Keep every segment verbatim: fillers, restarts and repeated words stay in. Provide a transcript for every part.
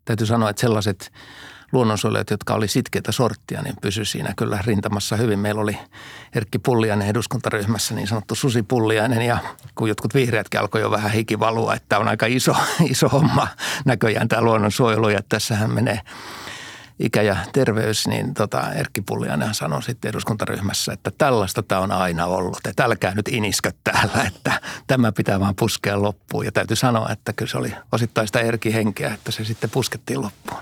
täytyy sanoa, että sellaiset luonnonsuojelijat, jotka oli sitkeitä sorttia, niin pysyi siinä kyllä rintamassa hyvin. Meillä oli Erkki Pulliainen eduskuntaryhmässä, niin sanottu Susi Pulliainen, ja kun jotkut vihreätkin alkoi jo vähän hikivalua, että on aika iso, iso homma näköjään tämä luonnonsuojelu, ja tässähän menee ikä ja terveys, niin tota Erkki Pulliainen sanoi sitten eduskuntaryhmässä, että tällaista tämä on aina ollut, että älkää nyt iniskö täällä, että tämä pitää vaan puskea loppuun. Ja täytyy sanoa, että kyllä se oli osittain sitä Erkin henkeä, että se sitten puskettiin loppuun.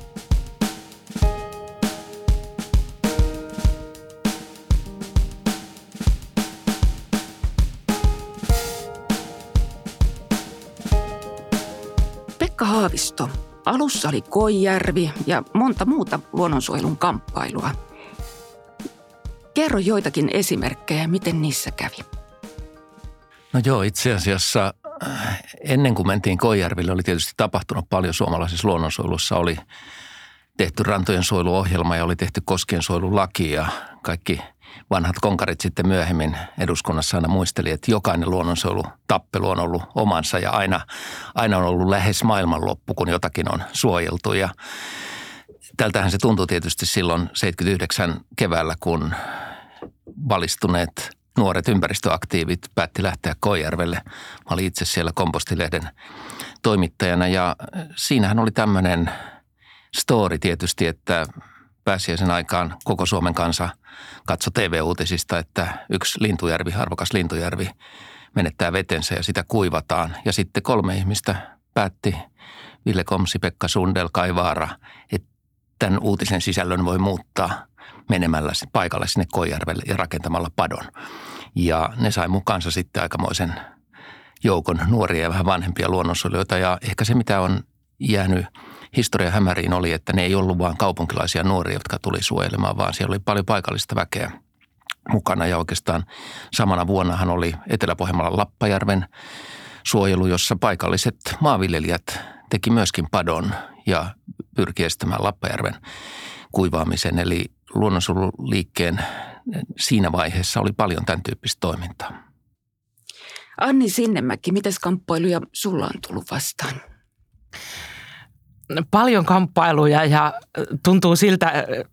Pekka Haavisto. Alussa oli Koijärvi ja monta muuta luonnonsuojelun kamppailua. Kerro joitakin esimerkkejä, miten niissä kävi. No joo, itse asiassa ennen kuin mentiin Koijärville, oli tietysti tapahtunut paljon suomalaisessa luonnonsuojelussa. Oli tehty rantojen suojeluohjelma ja oli tehty koskiensuojelulaki ja kaikki vanhat konkarit sitten myöhemmin eduskunnassa aina muisteli, että jokainen luonnonsuojelutappelu on ollut omansa ja aina, aina on ollut lähes maailmanloppu, kun jotakin on suojeltu. Ja tältähän se tuntui tietysti silloin seitsemänkymmentäyhdeksän keväällä, kun valistuneet nuoret ympäristöaktiivit päätti lähteä Koijärvelle. Mä olin itse siellä Kompostilehden toimittajana ja siinähän oli tämmöinen story tietysti, että pääsiäisen aikaan koko Suomen kansa katsoi T V-uutisista, että yksi lintujärvi, arvokas lintujärvi, menettää vetensä ja sitä kuivataan. Ja sitten kolme ihmistä päätti, Ville Komsi, Pekka Sundell, Kai Vaara, että tämän uutisen sisällön voi muuttaa menemällä paikalle sinne Koijärvelle ja rakentamalla padon. Ja ne sai mukaansa sitten aikamoisen joukon nuoria ja vähän vanhempia luonnonsuojelijoita. Ja ehkä se, mitä on jäänyt historian hämäriin, oli, että ne ei ollut vain kaupunkilaisia nuoria, jotka tuli suojelemaan, vaan siellä oli paljon paikallista väkeä mukana. Ja oikeastaan samana vuonnahan oli Etelä-Pohjanmaalla Lappajärven suojelu, jossa paikalliset maanviljelijät teki myöskin padon ja pyrki estämään Lappajärven kuivaamisen. Eli luonnonsuojeluliikkeen siinä vaiheessa oli paljon tämän tyyppistä toimintaa. Anni Sinnemäki, mites kamppailuja sulla on tullut vastaan? Paljon kamppailuja ja tuntuu siltä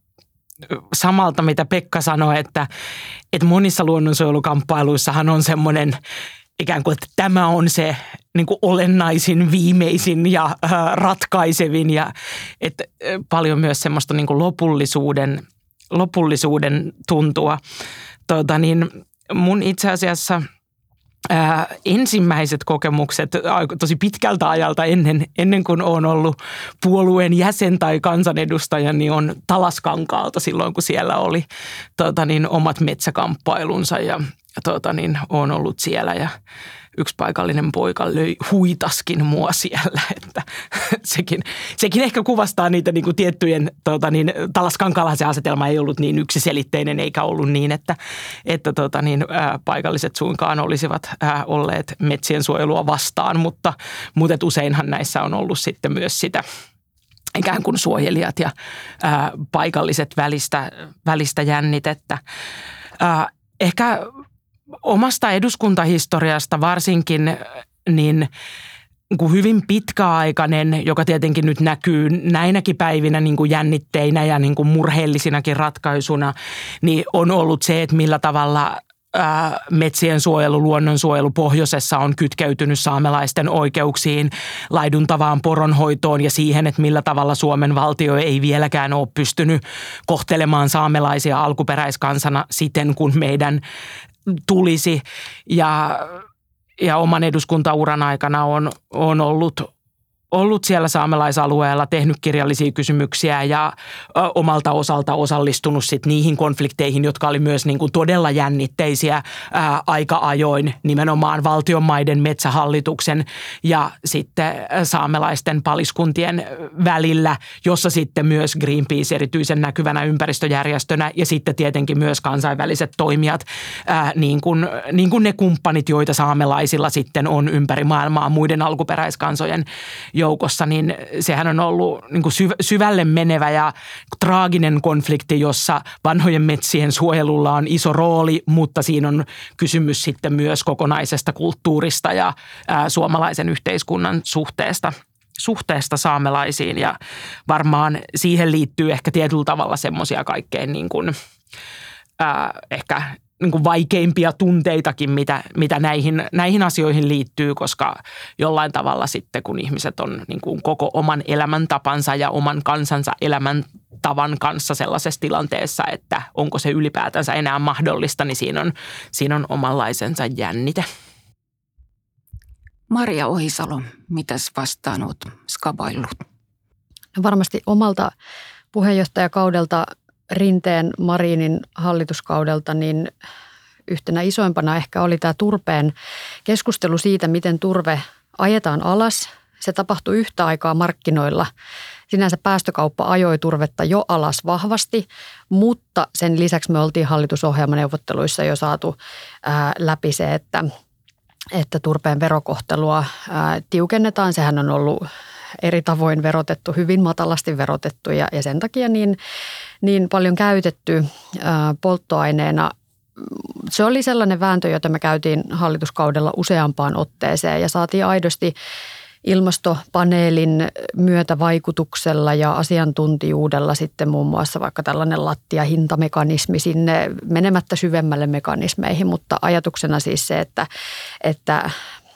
samalta, mitä Pekka sanoi, että, että monissa luonnonsuojelukamppailuissahan on semmoinen ikään kuin, että tämä on se niin kuin olennaisin, viimeisin ja äh, ratkaisevin ja että paljon myös semmoista niin kuin lopullisuuden, lopullisuuden tuntua. Tuota, niin mun itse asiassa Ää, ensimmäiset kokemukset tosi pitkältä ajalta ennen, ennen kuin olen ollut puolueen jäsen tai kansanedustaja, niin on Talaskankaalta silloin, kun siellä oli tuota, niin, omat metsäkamppailunsa ja, ja tuota, niin, olen ollut siellä ja yksi paikallinen poika löi huitaskin mua siellä, että sekin, sekin ehkä kuvastaa niitä niin kuin tiettyjen, tota niin, Talaskankaalla se asetelma ei ollut niin yksiselitteinen eikä ollut niin, että, että tota niin, ää, paikalliset suinkaan olisivat ää, olleet metsien suojelua vastaan, mutta, mutta useinhan näissä on ollut sitten myös sitä ikään kuin suojelijat ja ää, paikalliset välistä, välistä jännitettä. Ää, ehkä omasta eduskuntahistoriasta varsinkin niin kuin hyvin pitkäaikainen, joka tietenkin nyt näkyy näinäkin päivinä niin kuin jännitteinä ja niin kuin murheellisinakin ratkaisuna, niin on ollut se, että millä tavalla ää, metsien suojelu, luonnonsuojelu pohjoisessa on kytkeytynyt saamelaisten oikeuksiin, laiduntavaan poronhoitoon ja siihen, että millä tavalla Suomen valtio ei vieläkään ole pystynyt kohtelemaan saamelaisia alkuperäiskansana siten, kun meidän tulisi ja, ja oman eduskuntauran aikana on, on ollut, ollut siellä saamelaisalueella, tehnyt kirjallisia kysymyksiä ja ö, omalta osalta osallistunut sit niihin konflikteihin, jotka oli myös niin kuin todella jännitteisiä ää, aika ajoin nimenomaan valtionmaiden metsähallituksen ja sitten saamelaisten paliskuntien välillä, jossa sitten myös Greenpeace erityisen näkyvänä ympäristöjärjestönä ja sitten tietenkin myös kansainväliset toimijat, ää, niin, kuin, niin kuin ne kumppanit, joita saamelaisilla sitten on ympäri maailmaa muiden alkuperäiskansojen joukossa, niin sehän on ollut niin kuin syvälle menevä ja traaginen konflikti, jossa vanhojen metsien suojelulla on iso rooli, mutta siinä on kysymys sitten myös kokonaisesta kulttuurista ja ää, suomalaisen yhteiskunnan suhteesta suhteesta saamelaisiin ja varmaan siihen liittyy ehkä tietyllä tavalla semmoisia kaikkein niin kuin, ää, ehkä niin kuin vaikeimpia tunteitakin, mitä, mitä näihin, näihin asioihin liittyy, koska jollain tavalla sitten kun ihmiset on niin kuin koko oman elämäntapansa ja oman kansansa elämäntavan kanssa sellaisessa tilanteessa, että onko se ylipäätänsä enää mahdollista, niin siinä on, siinä on omanlaisensa jännite. Maria Ohisalo, mitäs vastaan olet skabaillut? No varmasti omalta puheenjohtajakaudelta Rinteen Marinin hallituskaudelta, niin yhtenä isoimpana ehkä oli tämä turpeen keskustelu siitä, miten turve ajetaan alas. Se tapahtui yhtä aikaa markkinoilla. Sinänsä päästökauppa ajoi turvetta jo alas vahvasti, mutta sen lisäksi me oltiin hallitusohjelmaneuvotteluissa jo saatu ää, läpi se, että, että turpeen verokohtelua ää, tiukennetaan. Sehän on ollut eri tavoin verotettu, hyvin matalasti verotettu ja, ja sen takia niin, niin paljon käytetty ää, polttoaineena. Se oli sellainen vääntö, jota me käytiin hallituskaudella useampaan otteeseen ja saatiin aidosti ilmastopaneelin myötävaikutuksella ja asiantuntijuudella sitten muun muassa vaikka tällainen lattiahintamekanismi sinne menemättä syvemmälle mekanismeihin, mutta ajatuksena siis se, että, että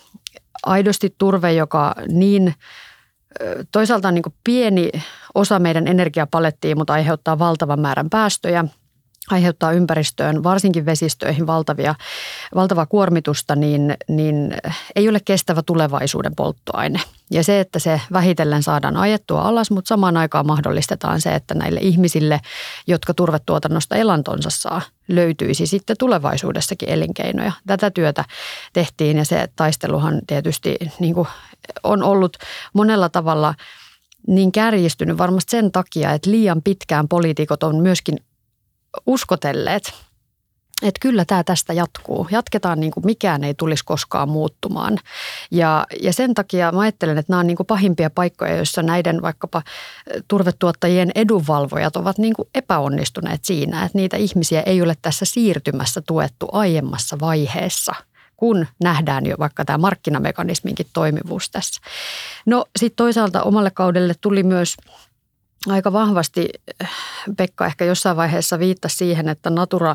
aidosti turve, joka niin toisaalta on niin kuin pieni osa meidän energiapalettiin, mutta aiheuttaa valtavan määrän päästöjä, aiheuttaa ympäristöön, varsinkin vesistöihin valtavia, valtavaa kuormitusta, niin, niin ei ole kestävä tulevaisuuden polttoaine. Ja se, että se vähitellen saadaan ajettua alas, mutta samaan aikaan mahdollistetaan se, että näille ihmisille, jotka turvetuotannosta elantonsa saa, löytyisi sitten tulevaisuudessakin elinkeinoja. Tätä työtä tehtiin ja se taisteluhan tietysti niin kuin on ollut monella tavalla niin kärjistynyt varmasti sen takia, että liian pitkään poliitikot on myöskin uskotelleet, että kyllä tämä tästä jatkuu. Jatketaan niin kuin mikään ei tulisi koskaan muuttumaan. Ja, ja sen takia mä ajattelen, että nämä on niin kuin pahimpia paikkoja, joissa näiden vaikkapa turvetuottajien edunvalvojat ovat niin kuin epäonnistuneet siinä, että niitä ihmisiä ei ole tässä siirtymässä tuettu aiemmassa vaiheessa, kun nähdään jo vaikka tämä markkinamekanisminkin toimivuus tässä. No sitten toisaalta omalle kaudelle tuli myös aika vahvasti, Pekka ehkä jossain vaiheessa viittasi siihen, että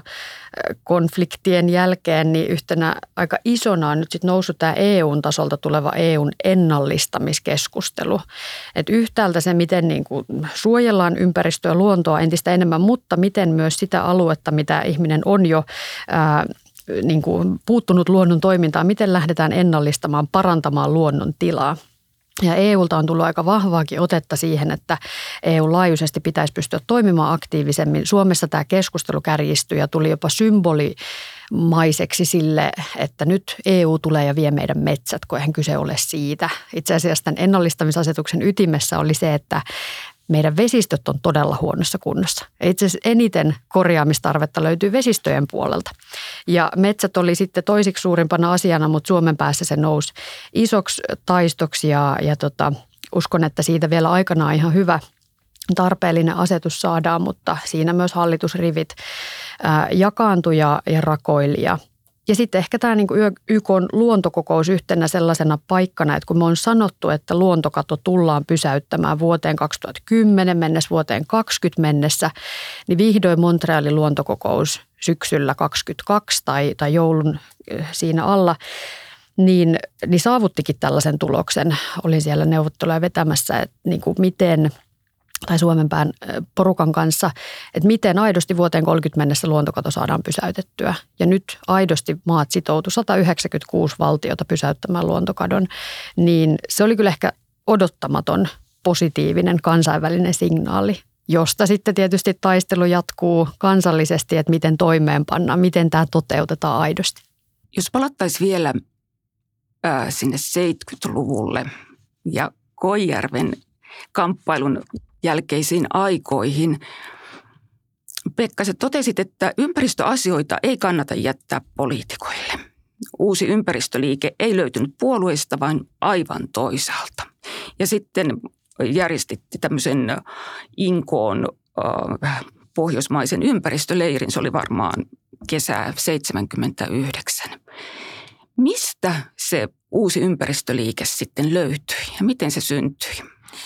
Natura-konfliktien jälkeen niin yhtenä aika isona on nyt sitten noussut tämä E U-tasolta tuleva E U:n ennallistamiskeskustelu. Että yhtäältä se, miten niin kuin suojellaan ympäristöä ja luontoa entistä enemmän, mutta miten myös sitä aluetta, mitä ihminen on jo ää, niin kuin puuttunut luonnon toimintaan, miten lähdetään ennallistamaan, parantamaan luonnon tilaa. Ja E U:lta on tullut aika vahvaakin otetta siihen, että E U-laajuisesti pitäisi pystyä toimimaan aktiivisemmin. Suomessa tämä keskustelu kärjistyi ja tuli jopa symbolimaiseksi sille, että nyt E U tulee ja vie meidän metsät, kun eihän kyse ole siitä. Itse asiassa tämän ennallistamisasetuksen ytimessä oli se, että meidän vesistöt on todella huonossa kunnossa. Itse asiassa eniten korjaamistarvetta löytyy vesistöjen puolelta. Ja metsät oli sitten toisiksi suurimpana asiana, mutta Suomen päässä se nousi isoksi taistoksi ja, ja tota, uskon, että siitä vielä aikanaan ihan hyvä tarpeellinen asetus saadaan, mutta siinä myös hallitusrivit ää, jakaantui ja, ja rakoili. Ja, ja sitten ehkä tämä niin kuin Y K:n luontokokous yhtenä sellaisena paikkana, että kun me on sanottu, että luontokato tullaan pysäyttämään vuoteen kaksituhattakymmenen mennessä, vuoteen kaksikymmentä mennessä, niin vihdoin Montrealin luontokokous syksyllä kaksikymmentäkaksi tai, tai joulun siinä alla, niin, niin saavuttikin tällaisen tuloksen. Olin siellä neuvotteluja vetämässä, että niin kuin miten tai Suomen pään porukan kanssa, että miten aidosti vuoteen kolmekymmentä mennessä luontokato saadaan pysäytettyä. Ja nyt aidosti maat sitoutu sata yhdeksänkymmentäkuusi valtiota pysäyttämään luontokadon, niin se oli kyllä ehkä odottamaton positiivinen kansainvälinen signaali, josta sitten tietysti taistelu jatkuu kansallisesti, että miten toimeenpannaan, miten tämä toteutetaan aidosti. Jos palattaisiin vielä ää, sinne seitsemänkymmentäluvulle ja Koijärven kamppailun jälkeisiin aikoihin. Pekka, sä totesit, että ympäristöasioita ei kannata jättää poliitikoille. Uusi ympäristöliike ei löytynyt puolueista, vaan aivan toisaalta. Ja sitten järjestitti tämmöisen Inkoon äh, pohjoismaisen ympäristöleirin. Se oli varmaan kesää seitsemänkymmentäyhdeksän. Mistä se uusi ympäristöliike sitten löytyi ja miten se syntyi?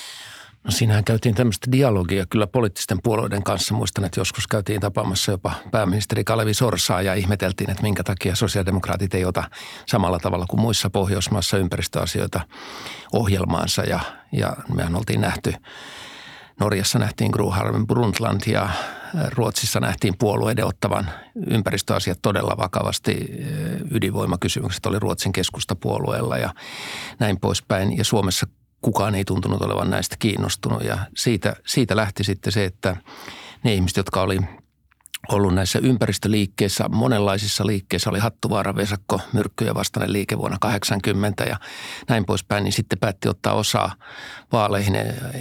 No siinähän käytiin tämmöistä dialogia kyllä poliittisten puolueiden kanssa. Muistan, että joskus käytiin tapaamassa jopa pääministeri Kalevi Sorsaa ja ihmeteltiin, että minkä takia sosiaalidemokraatit ei ota samalla tavalla kuin muissa Pohjoismaissa ympäristöasioita ohjelmaansa. Ja, ja mehän oltiin nähty, Norjassa nähtiin Gro Harlem Brundtland ja Ruotsissa nähtiin puolueiden ottavan ympäristöasiat todella vakavasti. Ydinvoimakysymykset oli Ruotsin keskustapuolueella ja näin poispäin. Ja Suomessa kukaan ei tuntunut olevan näistä kiinnostunut ja siitä, siitä lähti sitten se, että ne ihmiset, jotka oli ollut näissä ympäristöliikkeissä, monenlaisissa liikkeissä, oli Hattuvaara, Vesakko, myrkkyjen vastainen liike vuonna kahdeksankymmentä ja näin poispäin, niin sitten päätti ottaa osaa vaaleihin.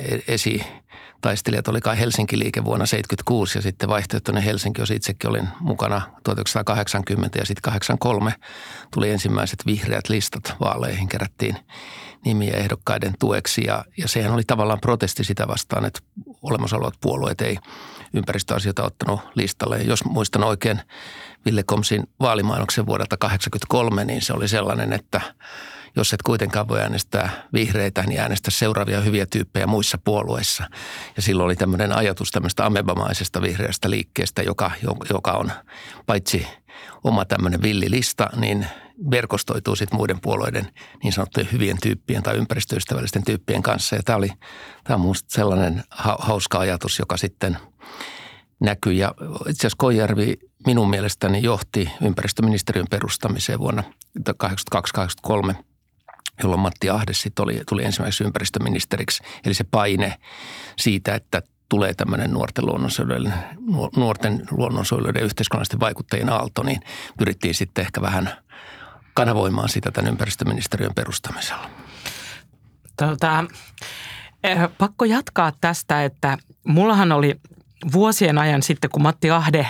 Esitaistelijat oli kai Helsinki-liike vuonna seitsemänkymmentäkuusi ja sitten vaihtoehtoinen Helsinki, jos itsekin olin mukana tuhatyhdeksänsataakahdeksankymmentä ja sitten kahdeksankymmentäkolme tuli ensimmäiset vihreät listat vaaleihin, kerättiin nimiä ehdokkaiden tueksi ja, ja sehän oli tavallaan protesti sitä vastaan, että olemassa olevat puolueet ei ympäristöasioita ottanut listalle. Ja jos muistan oikein Ville Komsin vaalimainoksen vuodelta kahdeksankymmentäkolme, niin se oli sellainen, että jos et kuitenkaan voi äänestää vihreitä, niin äänestä seuraavia hyviä tyyppejä muissa puolueissa. Ja silloin oli tämmöinen ajatus tämmöistä amebamaisesta vihreästä liikkeestä, joka, joka on paitsi oma tämmöinen villilista, niin verkostoituu sitten muiden puolueiden niin sanottujen hyvien tyyppien tai ympäristöystävällisten tyyppien kanssa. Ja tämä oli, tämä on minusta sellainen hauska ajatus, joka sitten näkyi. Ja itse asiassa Koijärvi minun mielestäni johti ympäristöministeriön perustamiseen vuonna kahdeksankymmentäkaksi kahdeksankymmentäkolme, jolloin Matti Ahde sitten oli, tuli ensimmäiseksi ympäristöministeriksi. Eli se paine siitä, että tulee tämmöinen nuorten luonnonsuojeluiden, nuorten luonnonsuojeluiden yhteiskunnallisten vaikuttajien aalto, niin pyrittiin sitten ehkä vähän kanavoimaan sitä tämän ympäristöministeriön perustamisella. Tota, pakko jatkaa tästä, että mullahan oli vuosien ajan sitten, kun Matti Ahde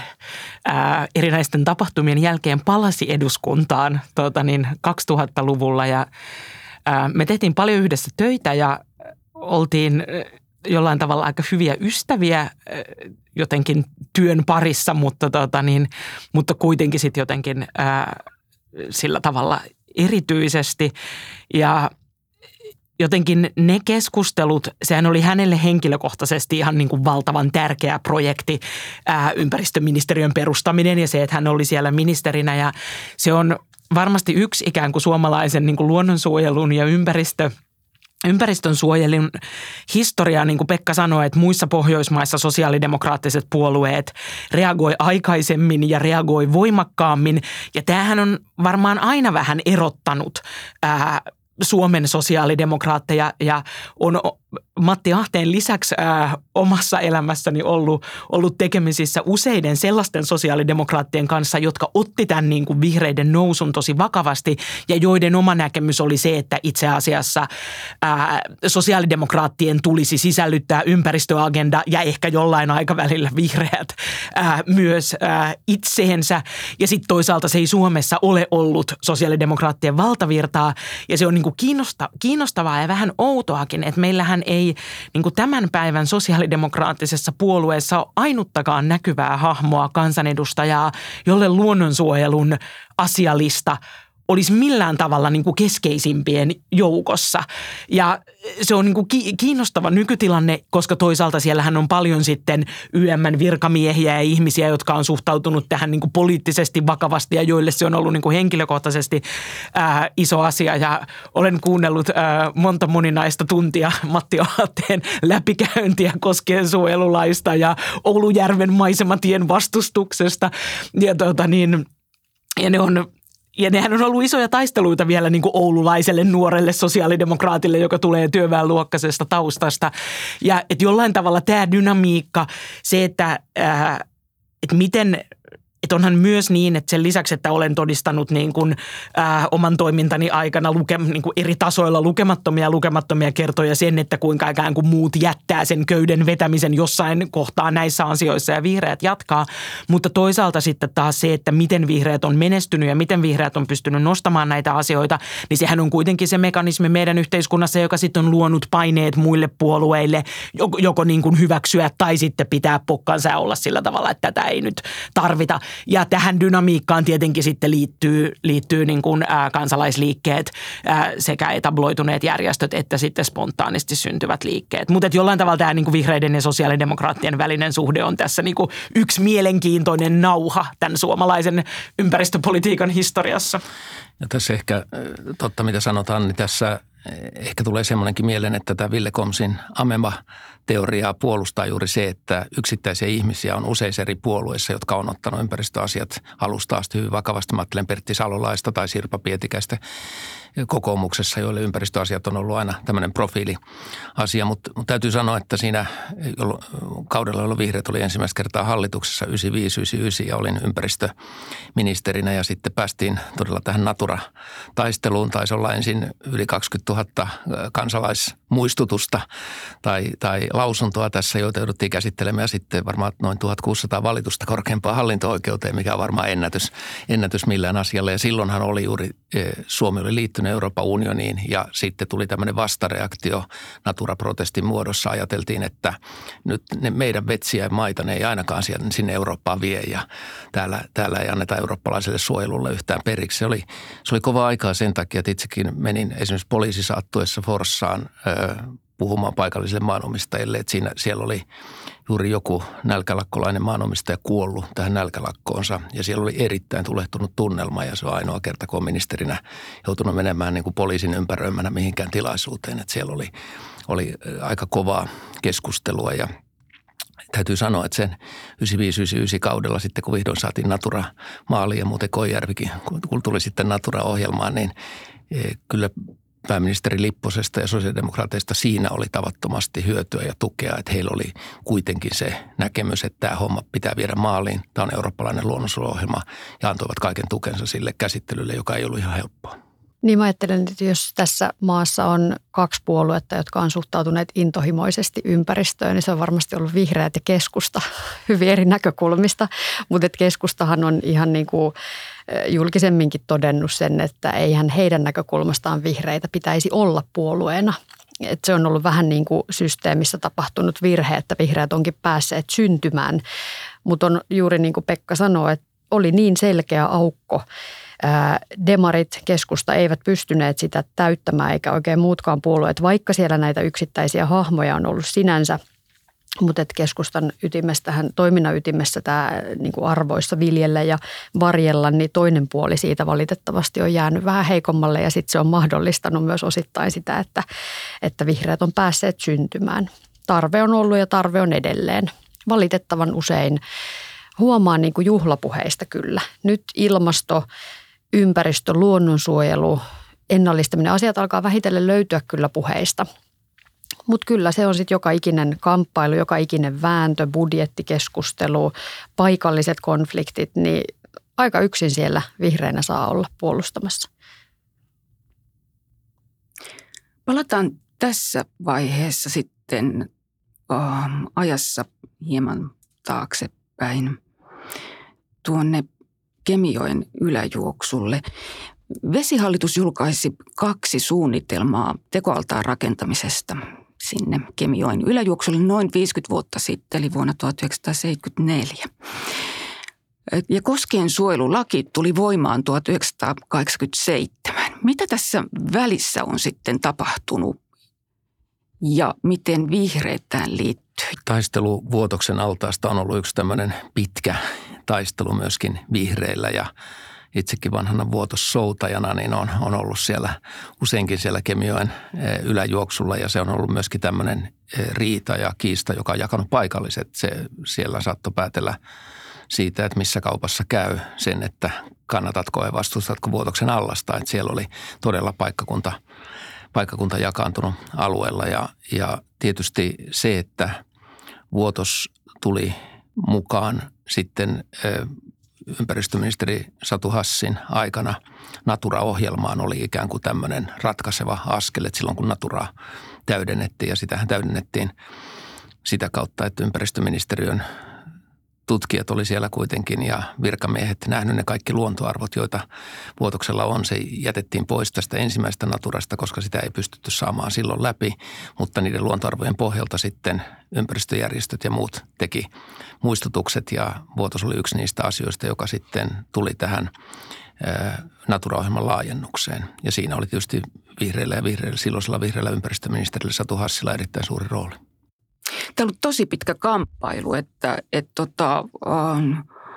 ää, erinäisten tapahtumien jälkeen palasi eduskuntaan tota niin, kaksituhattaluvulla ja ää, me tehtiin paljon yhdessä töitä ja oltiin jollain tavalla aika hyviä ystäviä jotenkin työn parissa, mutta, tota niin, mutta kuitenkin sitten jotenkin ää, sillä tavalla erityisesti ja jotenkin ne keskustelut, sehän oli hänelle henkilökohtaisesti ihan niin kuin valtavan tärkeä projekti, ää, ympäristöministeriön perustaminen ja se, että hän oli siellä ministerinä ja se on varmasti yksi ikään kuin suomalaisen niin kuin luonnonsuojelun ja ympäristö Ympäristön suojelun historiaa, niin kuin Pekka sanoi, että muissa Pohjoismaissa sosiaalidemokraattiset puolueet reagoi aikaisemmin ja reagoi voimakkaammin. Ja tämähän on varmaan aina vähän erottanut ää, Suomen sosiaalidemokraatteja ja on Matti Ahteen lisäksi ää, omassa elämässäni ollut, ollut tekemisissä useiden sellaisten sosiaalidemokraattien kanssa, jotka otti tämän niin kuin vihreiden nousun tosi vakavasti ja joiden oma näkemys oli se, että itse asiassa ää, sosiaalidemokraattien tulisi sisällyttää ympäristöagenda ja ehkä jollain aikavälillä vihreät ää, myös ää, itseensä. Ja sitten toisaalta se ei Suomessa ole ollut sosiaalidemokraattien valtavirtaa ja se on niin kuin kiinnosta, kiinnostavaa ja vähän outoakin, että meillähän ei niin kuin tämän päivän sosiaalidemokraattisessa puolueessa ole ainuttakaan näkyvää hahmoa kansanedustajaa, jolle luonnonsuojelun asialista olisi millään tavalla niin kuin keskeisimpien joukossa. Ja se on niin kuin kiinnostava nykytilanne, koska toisaalta siellähän on paljon sitten Y M:n virkamiehiä ja ihmisiä, jotka on suhtautunut tähän niin kuin poliittisesti vakavasti ja joille se on ollut niin kuin henkilökohtaisesti ää, iso asia. Ja olen kuunnellut ää, monta moninaista tuntia Matti Ahteen läpikäyntiä koskien suojelulaista ja Oulujärven maisematien vastustuksesta. Ja, tuota niin, ja ne on... Ja nehän on ollut isoja taisteluita vielä niin kuin oululaiselle nuorelle sosiaalidemokraatille, joka tulee työväenluokkaisesta taustasta. Ja että jollain tavalla tämä dynamiikka, se, että, ää, että miten... Että onhan myös niin, että sen lisäksi, että olen todistanut niin kuin, ää, oman toimintani aikana luke, niin kuin eri tasoilla lukemattomia lukemattomia kertoja sen, että kuinka ikään kuin muut jättää sen köyden vetämisen jossain kohtaa näissä asioissa ja vihreät jatkaa. Mutta toisaalta sitten taas se, että miten vihreät on menestynyt ja miten vihreät on pystynyt nostamaan näitä asioita, niin sehän on kuitenkin se mekanismi meidän yhteiskunnassa, joka sitten on luonut paineet muille puolueille joko, joko niin kuin hyväksyä tai sitten pitää pokkansa ja olla sillä tavalla, että tätä ei nyt tarvita. Ja tähän dynamiikkaan tietenkin sitten liittyy, liittyy niin kuin, ää, kansalaisliikkeet ää, sekä etabloituneet järjestöt että sitten spontaanisti syntyvät liikkeet. Mutta jollain tavalla tämä niin kuin vihreiden ja sosiaalidemokraattien välinen suhde on tässä niin kuin yksi mielenkiintoinen nauha tämän suomalaisen ympäristöpolitiikan historiassa. Ja tässä ehkä totta, mitä sanotaan, niin tässä ehkä tulee semmoinenkin mieleen, että tämä Ville Komsin Amema-teoriaa puolustaa juuri se, että yksittäisiä ihmisiä on useissa eri puolueissa, jotka on ottanut ympäristöasiat alusta asti hyvin vakavasti. Mä ajattelen Pertti Salolaista tai Sirpa Pietikäistä kokoomuksessa, joille ympäristöasiat on ollut aina tämmöinen profiiliasia. Mutta mut täytyy sanoa, että siinä kaudella, jolloin vihreät oli ensimmäistä kertaa hallituksessa yhdeksänkymmentäviisi yhdeksänkymmentäyhdeksän ja olin ympäristöministerinä ja sitten päästiin todella tähän Natura-taisteluun. Taisi olla ensin yli kaksikymmentätuhatta kansalaismuistutusta tai, tai lausuntoa tässä, joita jouduttiin käsittelemään ja sitten varmaan noin tuhatkuusisataa valitusta korkeampaan hallinto-oikeuteen, mikä on varmaan ennätys, ennätys millään asialla. Ja silloinhan oli juuri, Suomi oli liittynyt Euroopan unioniin ja sitten tuli tämmöinen vastareaktio Natura-protestin muodossa. Ajateltiin, että nyt ne meidän vetsiä ja maita ne ei ainakaan sinne Eurooppaan vie ja täällä, täällä ei anneta eurooppalaiselle suojelulle yhtään periksi. Se oli, se oli kova aikaa sen takia, että itsekin menin esimerkiksi poliisisaattuessa Forssaan ö, puhumaan paikallisille maanomistajille, että siinä, siellä oli juuri joku nälkälakkolainen maanomistaja kuollut tähän nälkälakkoonsa ja siellä oli erittäin tulehtunut tunnelma ja se on ainoa kerta, kun on ministerinä joutunut menemään niin kuin poliisin ympäröimänä mihinkään tilaisuuteen, että siellä oli, oli aika kovaa keskustelua ja täytyy sanoa, että sen yhdeksänkymmentäviisi yhdeksänkymmentäyhdeksän kaudella sitten, kun vihdoin saatiin Natura maaliin ja muuten Koijärvikin, kun tuli sitten Natura-ohjelmaan, niin kyllä pääministeri Lipposesta ja sosiaalidemokraateista siinä oli tavattomasti hyötyä ja tukea, että heillä oli kuitenkin se näkemys, että tämä homma pitää viedä maaliin. Tämä on eurooppalainen luonnonsuojeluohjelma ja antoivat kaiken tukensa sille käsittelylle, joka ei ollut ihan helppoa. Niin mä ajattelen, että jos tässä maassa on kaksi puoluetta, jotka on suhtautuneet intohimoisesti ympäristöön, niin se on varmasti ollut vihreät ja keskusta hyvin eri näkökulmista. Mutta keskustahan on ihan niin kuin julkisemminkin todennut sen, että eihän heidän näkökulmastaan vihreitä pitäisi olla puolueena. Et se on ollut vähän niin kuin systeemissä tapahtunut virhe, että vihreät onkin päässeet syntymään. Mutta on juuri niin kuin Pekka sanoo, että oli niin selkeä aukko. Demarit, keskusta eivät pystyneet sitä täyttämään eikä oikein muutkaan puolueet, vaikka siellä näitä yksittäisiä hahmoja on ollut sinänsä. Mutta keskustan ytimestähän, toiminnan ytimessä tämä niin kuin arvoissa viljellä ja varjella, niin toinen puoli siitä valitettavasti on jäänyt vähän heikommalle ja sitten se on mahdollistanut myös osittain sitä, että, että vihreät on päässeet syntymään. Tarve on ollut ja tarve on edelleen. Valitettavan usein huomaan niin kuin juhlapuheista kyllä. Nyt ilmasto, ympäristö, luonnonsuojelu, ennallistaminen, asiat alkaa vähitellen löytyä kyllä puheista. Mutta kyllä se on sitten joka ikinen kamppailu, joka ikinen vääntö, budjettikeskustelu, paikalliset konfliktit, niin aika yksin siellä vihreänä saa olla puolustamassa. Palataan tässä vaiheessa sitten äh, ajassa hieman taaksepäin tuonne Kemijoen yläjuoksulle. Vesihallitus julkaisi kaksi suunnitelmaa tekoaltaan rakentamisesta sinne Kemijoen yläjuoksulle noin viisikymmentä vuotta sitten, eli vuonna tuhatyhdeksänsataaseitsemänkymmentäneljä. Ja koskien suojelulaki tuli voimaan tuhatyhdeksänsataakahdeksankymmentäseitsemän. Mitä tässä välissä on sitten tapahtunut ja miten vihreät tähän liittyy? Taistelu Vuotoksen altaasta on ollut yksi tämmöinen pitkä taistelu myöskin vihreillä ja itsekin vanhana vuotossoutajana niin on, on ollut siellä useinkin siellä Kemijoen yläjuoksulla ja se on ollut myöskin tämmöinen riita ja kiista, joka on jakanut paikalliset. Se siellä saattoi päätellä siitä, että missä kaupassa käy sen, että kannatatko ja vastustatko Vuotoksen allasta. Että siellä oli todella paikkakunta, paikkakunta jakaantunut alueella ja, ja tietysti se, että Vuotos tuli mukaan sitten ympäristöministeri Satu Hassin aikana Natura-ohjelmaan oli ikään kuin tämmöinen ratkaiseva askel, että silloin kun Naturaa täydennettiin ja sitähän täydennettiin sitä kautta, että ympäristöministeriön tutkijat oli siellä kuitenkin ja virkamiehet nähnyt ne kaikki luontoarvot, joita Vuotoksella on. Se jätettiin pois tästä ensimmäisestä Naturasta, koska sitä ei pystytty saamaan silloin läpi, mutta niiden luontoarvojen pohjalta sitten ympäristöjärjestöt ja muut teki muistutukset ja Vuotos oli yksi niistä asioista, joka sitten tuli tähän Natura-ohjelman laajennukseen. Ja siinä oli tietysti vihreillä ja vihreillä, silloisella vihreällä ympäristöministerillä Satu Hassilla erittäin suuri rooli. Tämä on ollut tosi pitkä kamppailu, että, että tota, ähm,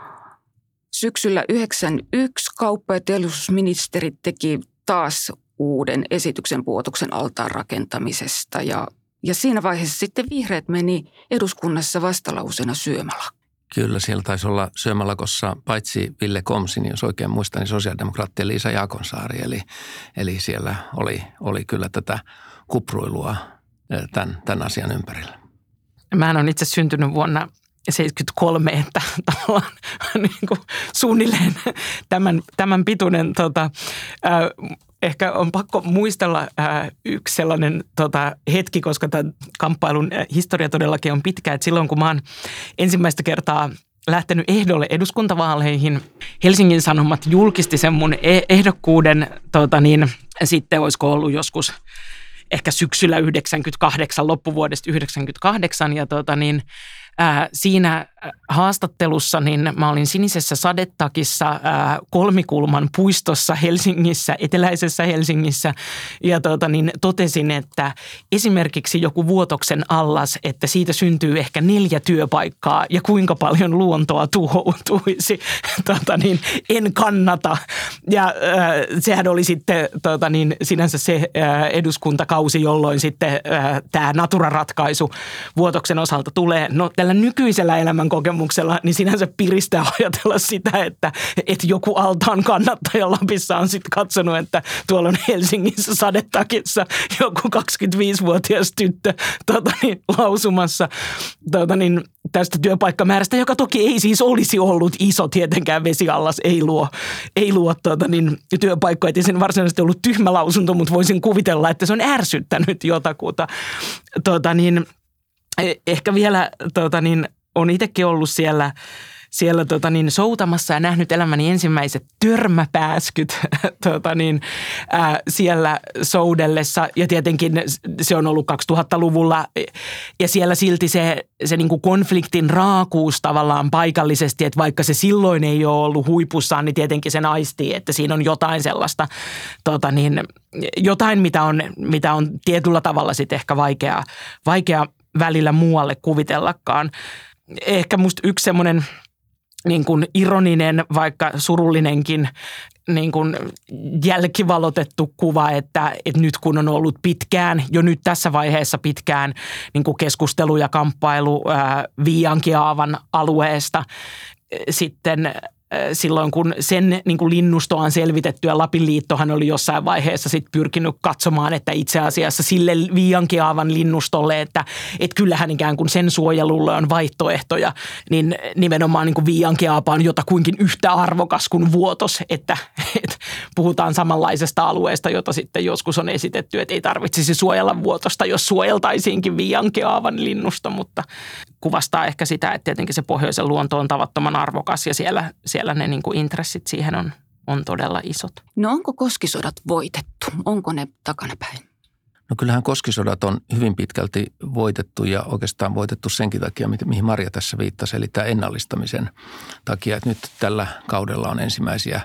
syksyllä yhdeksänkymmentäyksi kauppa- ja teollisuusministeri teki taas uuden esityksen Vuotoksen altaan rakentamisesta ja, ja siinä vaiheessa sitten vihreät meni eduskunnassa vastalauseena syömälakkoon. Kyllä, siellä taisi olla syömälakossa paitsi Ville Komsin, jos oikein muistan, niin sosiaalidemokraattien Liisa Jaakonsaari. Eli, eli siellä oli, oli kyllä tätä kupruilua tämän, tämän asian ympärillä. Mä olen itse syntynyt vuonna seitsemänkymmentäkolme, että tavallaan niin kuin suunnilleen tämän, tämän pituinen tota, äh, ehkä on pakko muistella äh, yksi sellainen tota, hetki, koska tämän kamppailun äh, historia todellakin on pitkä. Et silloin kun mä oon ensimmäistä kertaa lähtenyt ehdolle eduskuntavaaleihin, Helsingin Sanomat julkisti sen mun ehdokkuuden, tota, niin sitten olisiko ollut joskus ehkä syksyllä yhdeksänkymmentäkahdeksan, loppuvuodesta yhdeksänkymmentäkahdeksan ja tota, niin, ää, siinä haastattelussa niin mä olin sinisessä sadetakissa ää, Kolmikulman puistossa Helsingissä, eteläisessä Helsingissä ja tota, niin totesin, että esimerkiksi joku Vuotoksen allas, että siitä syntyy ehkä neljä työpaikkaa ja kuinka paljon luontoa tuhoutuisi, tota, niin en kannata. Ja ää, sehän oli sitten tota, niin sinänsä se ää, eduskuntakausi, jolloin sitten tämä Natura-ratkaisu Vuotoksen osalta tulee. No tällä nykyisellä elämän kokemuksella, niin sinänsä piristää ajatella sitä, että, että joku altaan kannattaja Lapissa on sitten katsonut, että tuolla on Helsingissä sadetakissa joku kaksikymmentäviisivuotias tyttö tota niin, lausumassa tota niin, tästä työpaikkamäärästä, joka toki ei siis olisi ollut iso, tietenkään vesiallas ei luo, ei luo tota niin, työpaikkoja, ei sen varsinaisesti ollut tyhmä lausunto, mutta voisin kuvitella, että se on ärsyttänyt jotakuta. Tota niin, ehkä vielä tota niin, on itsekin ollut siellä, siellä tota niin, soutamassa ja nähnyt elämäni ensimmäiset törmäpääskyt tota niin, ää, siellä soudellessa. Ja tietenkin se on ollut kaksituhattaluvulla ja siellä silti se, se niin kuin konfliktin raakuus tavallaan paikallisesti, että vaikka se silloin ei ole ollut huipussaan, niin tietenkin sen aistii, että siinä on jotain sellaista, tota niin, jotain mitä on, mitä on tietyllä tavalla sitten ehkä vaikea, vaikea välillä muualle kuvitellakaan. Ehkä musta yksi semmoinen niin kuin ironinen, vaikka surullinenkin niin kuin jälkivalotettu kuva, että, että nyt kun on ollut pitkään, jo nyt tässä vaiheessa pitkään niin kuin keskustelu ja kamppailu ää, Viiankiaavan alueesta, sitten silloin, kun sen niin kuin linnustoa on selvitetty ja Lapin liittohan oli jossain vaiheessa sit pyrkinyt katsomaan, että itse asiassa sille Viiankiaavan linnustolle, että, että kyllähän ikään kuin sen suojelulle on vaihtoehtoja, niin nimenomaan niin kuin Viiankiaapa on jotakuinkin yhtä arvokas kuin Vuotos, että, että puhutaan samanlaisesta alueesta, jota sitten joskus on esitetty, että ei tarvitsisi suojella Vuotosta, jos suojeltaisiinkin Viiankiaavan linnusto, mutta kuvastaa ehkä sitä, että tietenkin se pohjoisen luonto on tavattoman arvokas ja siellä, siellä ne niin kuin intressit siihen on, on todella isot. No onko koskisodat voitettu? Onko ne takanapäin? No kyllähän koskisodat on hyvin pitkälti voitettu ja oikeastaan voitettu senkin takia, mihin Marja tässä viittasi, eli tämä ennallistamisen takia, että nyt tällä kaudella on ensimmäisiä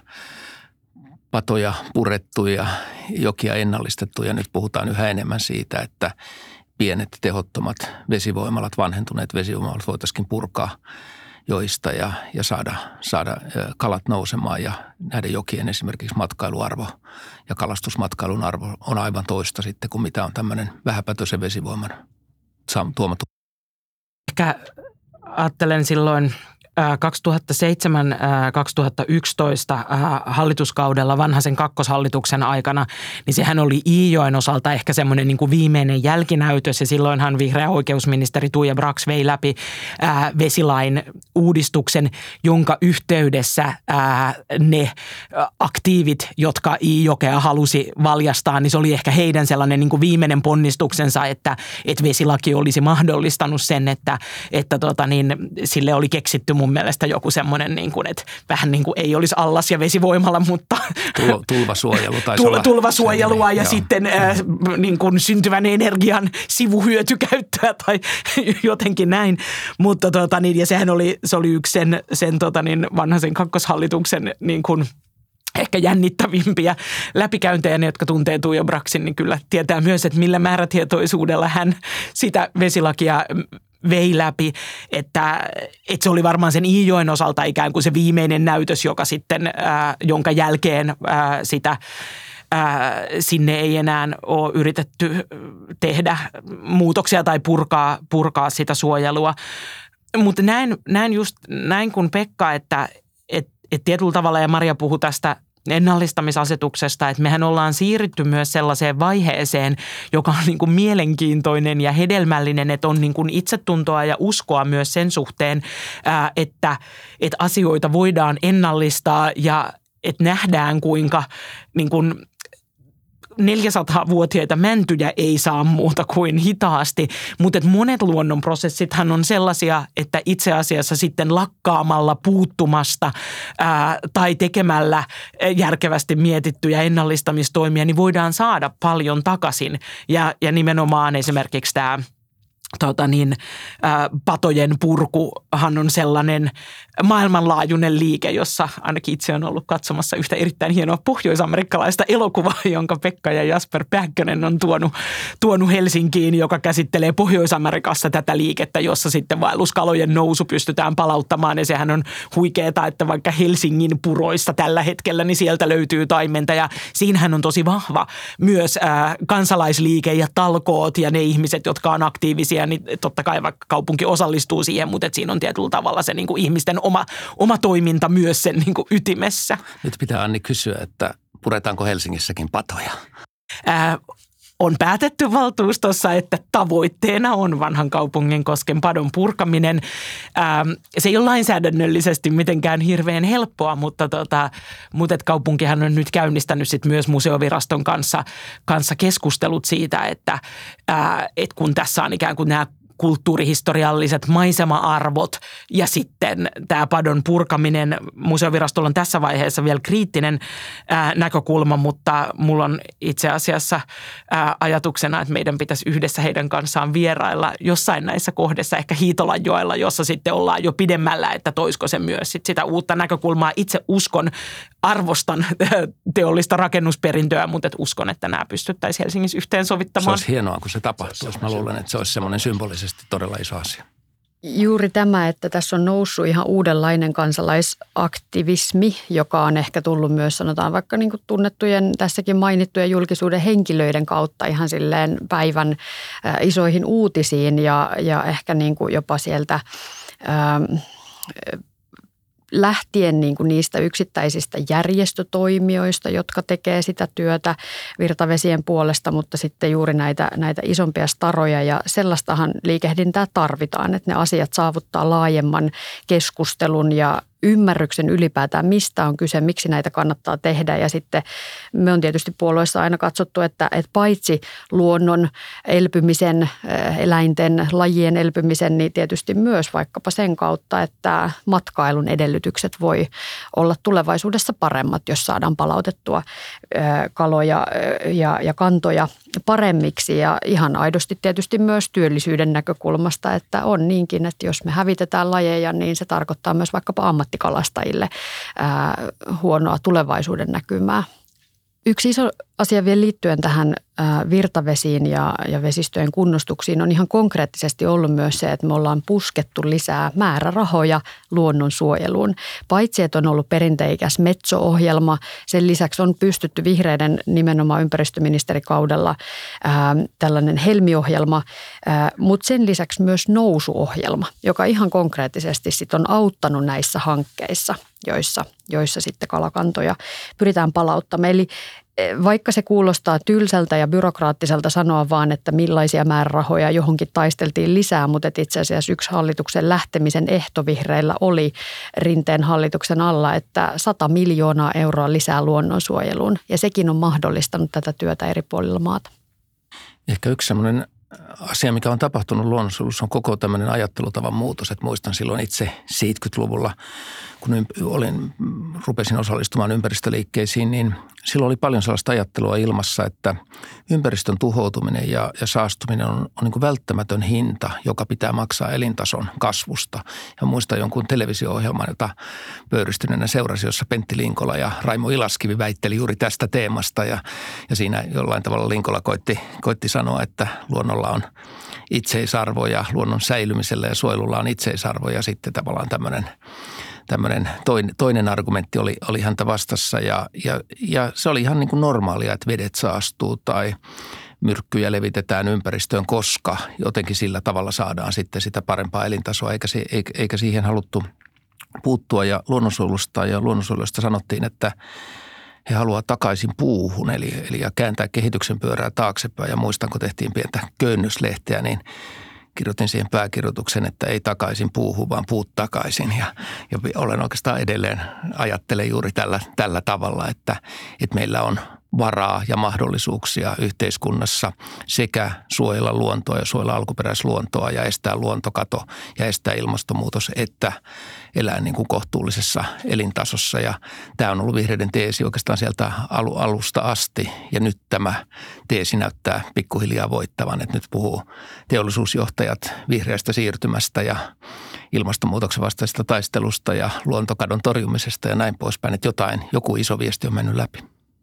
patoja purettu ja jokia ennallistettu ja nyt puhutaan yhä enemmän siitä, että pienet tehottomat vesivoimalat, vanhentuneet vesivoimalat voitaisiin purkaa joista ja, ja saada, saada kalat nousemaan ja näiden jokien esimerkiksi matkailuarvo ja kalastusmatkailun arvo on aivan toista sitten kuin mitä on tämmöinen vähäpätöisen vesivoiman tuomattu. Ehkä ajattelen silloin kaksituhattaseitsemän kaksituhattayksitoista hallituskaudella Vanhasen kakkoshallituksen aikana, niin sehän oli Iijoen osalta ehkä semmoinen niin kuin viimeinen jälkinäytös ja silloinhan vihreä oikeusministeri Tuija Brax vei läpi ää, vesilain uudistuksen, jonka yhteydessä ää, ne aktiivit, jotka Iijokea halusi valjastaa, niin se oli ehkä heidän sellainen niin kuin viimeinen ponnistuksensa, että, että vesilaki olisi mahdollistanut sen, että, että tota niin, sille oli keksitty muun mun mielestä joku semmoinen, niin kuin, että vähän niin kuin ei olisi allas- ja vesivoimalla, mutta Tul- tulvasuojelu taisi tul- olla. Tulvasuojelua ja Joo. sitten äh, niin kuin syntyvän energian sivuhyötykäyttöä tai jotenkin näin. Mutta tota, niin, ja sehän oli, se oli yksi sen, sen tota, niin vanhaisen kakkoshallituksen niin kuin ehkä jännittävimpiä läpikäyntejä, ne, jotka tuntee Tuija Braxin, niin kyllä tietää myös, että millä määrätietoisuudella hän sitä vesilakia vei läpi, että, että se oli varmaan sen Iijoen osalta ikään kuin se viimeinen näytös, joka sitten, äh, jonka jälkeen äh, sitä Ää, sinne ei enää ole yritetty tehdä muutoksia tai purkaa, purkaa sitä suojelua. Mutta näin, näin just näin kuin Pekka, että et, et tietyllä tavalla, ja Maria puhui tästä ennallistamisasetuksesta, että mehän ollaan siirrytty myös sellaiseen vaiheeseen, joka on niin kuin mielenkiintoinen ja hedelmällinen, että on niin kuin itsetuntoa ja uskoa myös sen suhteen, ää, että, että asioita voidaan ennallistaa ja että nähdään kuinka niin kuin neljäsataavuotiaita mäntyjä ei saa muuta kuin hitaasti, mutta että monet luonnonprosessithan on sellaisia, että itse asiassa sitten lakkaamalla puuttumasta ää, tai tekemällä järkevästi mietittyjä ennallistamistoimia, niin voidaan saada paljon takaisin. Ja, ja nimenomaan esimerkiksi tämä Tota niin, ä, patojen purkuhan on sellainen maailmanlaajuinen liike, jossa ainakin itse on ollut katsomassa yhtä erittäin hienoa pohjoisamerikkalaista elokuvaa, jonka Pekka ja Jasper Pääkkönen on tuonut, tuonut Helsinkiin, joka käsittelee Pohjois-Amerikassa tätä liikettä, jossa sitten vaelluskalojen nousu pystytään palauttamaan. Ja sehän on huikeeta, että vaikka Helsingin puroista tällä hetkellä, niin sieltä löytyy taimenta. Ja siinähän on tosi vahva myös ä, kansalaisliike ja talkoot ja ne ihmiset, jotka on aktiivisia, niin totta kai vaikka kaupunki osallistuu siihen, mutta siinä on tietyllä tavalla se niin kuin ihmisten oma, oma toiminta myös sen niin kuin ytimessä. Nyt pitää Anni kysyä, että puretaanko Helsingissäkin patoja? Ää, on päätetty valtuustossa, että tavoitteena on vanhan kaupungin kosken padon purkaminen. Ää, se ei ole lainsäädännöllisesti mitenkään hirveän helppoa, mutta, tota, mutta kaupunkihan on nyt käynnistänyt sit myös museoviraston kanssa, kanssa keskustelut siitä, että, ää, että kun tässä on ikään kuin nämä kulttuurihistorialliset maisema-arvot ja sitten tämä padon purkaminen. Museovirastolla on tässä vaiheessa vielä kriittinen ää, näkökulma, mutta mulla on itse asiassa ää, ajatuksena, että meidän pitäisi yhdessä heidän kanssaan vierailla jossain näissä kohdissa, ehkä Hiitolanjoella, jossa sitten ollaan jo pidemmällä, että toisko se myös sit sitä uutta näkökulmaa. Itse uskon, arvostan teollista rakennusperintöä, mutta et uskon, että nämä pystyttäisiin Helsingissä yhteensovittamaan. Se olisi hienoa, kun se tapahtuisi. Mä luulen, että se olisi semmoinen symbolisesti todella iso asia. Juuri tämä, että tässä on noussut ihan uudenlainen kansalaisaktivismi, joka on ehkä tullut myös sanotaan vaikka niin kuin tunnettujen tässäkin mainittujen julkisuuden henkilöiden kautta ihan silleen päivän äh, isoihin uutisiin ja, ja ehkä niin kuin jopa sieltä ähm, lähtien niin kuin niistä yksittäisistä järjestötoimijoista, jotka tekee sitä työtä virtavesien puolesta, mutta sitten juuri näitä, näitä isompia staroja ja sellaistahan liikehdintää tarvitaan, että ne asiat saavuttaa laajemman keskustelun ja ymmärryksen ylipäätään, mistä on kyse, miksi näitä kannattaa tehdä. Ja sitten me on tietysti puolueessa aina katsottu, että, että paitsi luonnon elpymisen, eläinten, lajien elpymisen, niin tietysti myös vaikkapa sen kautta, että matkailun edellytykset voi olla tulevaisuudessa paremmat, jos saadaan palautettua kaloja ja, ja kantoja paremmiksi. Ja ihan aidosti tietysti myös työllisyyden näkökulmasta, että on niinkin, että jos me hävitetään lajeja, niin se tarkoittaa myös vaikkapa ammattikalastajille ää, huonoa tulevaisuuden näkymää. Yksi iso asia vielä liittyen tähän ää, virtavesiin ja, ja vesistöjen kunnostuksiin on ihan konkreettisesti ollut myös se, että me ollaan puskettu lisää määrärahoja luonnonsuojeluun. Paitsi, että on ollut perinteikäs Metso-ohjelma, sen lisäksi on pystytty vihreiden nimenomaan ympäristöministerikaudella ää, tällainen Helmi-ohjelma, ää, mutta sen lisäksi myös Nousu-ohjelma, joka ihan konkreettisesti sit on auttanut näissä hankkeissa, joissa, joissa sitten kalakantoja pyritään palauttamaan. Eli vaikka se kuulostaa tylsältä ja byrokraattiselta sanoa vaan, että millaisia määrärahoja johonkin taisteltiin lisää, mutta itse asiassa yksi hallituksen lähtemisen ehto vihreillä oli Rinteen hallituksen alla, että sata miljoonaa euroa lisää luonnonsuojeluun ja sekin on mahdollistanut tätä työtä eri puolilla maata. Ehkä yksi semmoinen asia, mikä on tapahtunut luonnonsuojelussa, on koko tämmöinen ajattelutavan muutos. Että muistan silloin itse seitsemänkymmentäluvulla, kun olin, rupesin osallistumaan ympäristöliikkeisiin, niin silloin oli paljon sellaista ajattelua ilmassa, että ympäristön tuhoutuminen ja, ja saastuminen on, on niin kuin välttämätön hinta, joka pitää maksaa elintason kasvusta. Ja muistan jonkun televisio-ohjelman, jota pöyristyneenä seurasi, jossa Pentti Linkola ja Raimo Ilaskivi väitteli juuri tästä teemasta. Ja, ja siinä jollain tavalla Linkola koitti, koitti sanoa, että luonnolla on itseisarvo ja luonnon säilymisellä ja suojelulla on itseisarvo ja sitten tavallaan tämmöinen Tämmöinen toinen, toinen argumentti oli, oli häntä vastassa ja, ja, ja se oli ihan niin kuin normaalia, että vedet saastuu tai myrkkyjä levitetään ympäristöön, koska jotenkin sillä tavalla saadaan sitten sitä parempaa elintasoa, eikä, se, eikä siihen haluttu puuttua. Ja luonnonsuojelusta ja luonnonsuojelusta sanottiin, että he haluaa takaisin puuhun, eli, eli ja kääntää kehityksen pyörää taaksepäin. Ja muistan, kun tehtiin pientä köynnöslehteä, niin kirjoitin siihen pääkirjoituksen, että ei takaisin puuhun, vaan puut takaisin. Ja, ja olen oikeastaan edelleen ajattelen juuri tällä, tällä tavalla, että, että meillä on varaa ja mahdollisuuksia yhteiskunnassa sekä suojella luontoa ja suojella alkuperäisluontoa ja estää luontokato ja estää ilmastonmuutos, että elää niin kuin kohtuullisessa elintasossa. Ja tämä on ollut vihreiden teesi oikeastaan sieltä alusta asti ja nyt tämä teesi näyttää pikkuhiljaa voittavan, että nyt puhuu teollisuusjohtajat vihreästä siirtymästä ja ilmastonmuutoksen vastaisesta taistelusta ja luontokadon torjumisesta ja näin poispäin, että jotain, joku iso viesti on mennyt läpi.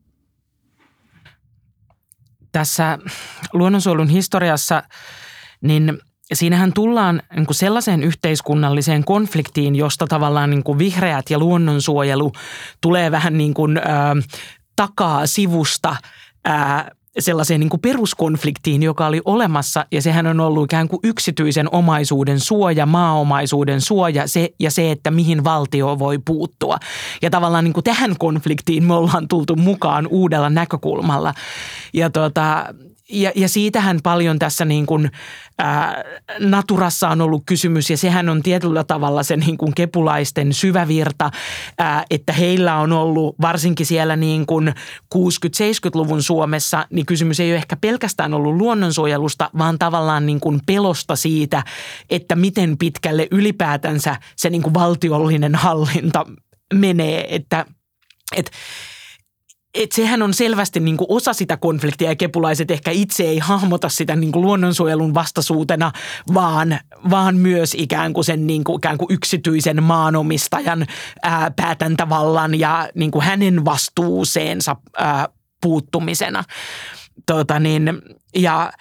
Tässä luonnonsuojelun historiassa, niin siinähän tullaan niin kuin sellaiseen yhteiskunnalliseen konfliktiin, josta tavallaan niin kuin vihreät ja luonnonsuojelu tulee vähän niin kuin äh, takaa sivusta äh, sellaiseen niin kuin peruskonfliktiin, joka oli olemassa ja sehän on ollut ikään kuin yksityisen omaisuuden suoja, maaomaisuuden suoja se, ja se, että mihin valtio voi puuttua. Ja tavallaan niin kuin tähän konfliktiin me ollaan tultu mukaan uudella näkökulmalla. Ja, tuota, ja, ja siitähän paljon tässä niin kuin, ää, Naturassa on ollut kysymys ja sehän on tietyllä tavalla se niin kuin kepulaisten syvävirta, ää, että heillä on ollut varsinkin siellä niin kuin kuusikymmentä-seitsemänkymmentäluvun Suomessa, niin kysymys ei ole ehkä pelkästään ollut luonnonsuojelusta, vaan tavallaan niin kuin pelosta siitä, että miten pitkälle ylipäätänsä se niin kuin valtiollinen hallinta menee, että et, et sehän on selvästi niin kuin osa sitä konfliktia ja kepulaiset ehkä itse ei hahmota sitä niin kuin luonnonsuojelun vastaisuutena, vaan, vaan myös ikään kuin sen niin kuin, ikään kuin yksityisen maanomistajan ää, päätäntävallan ja niin kuin hänen vastuuseensa ää, puuttumisena. Tota niin, ja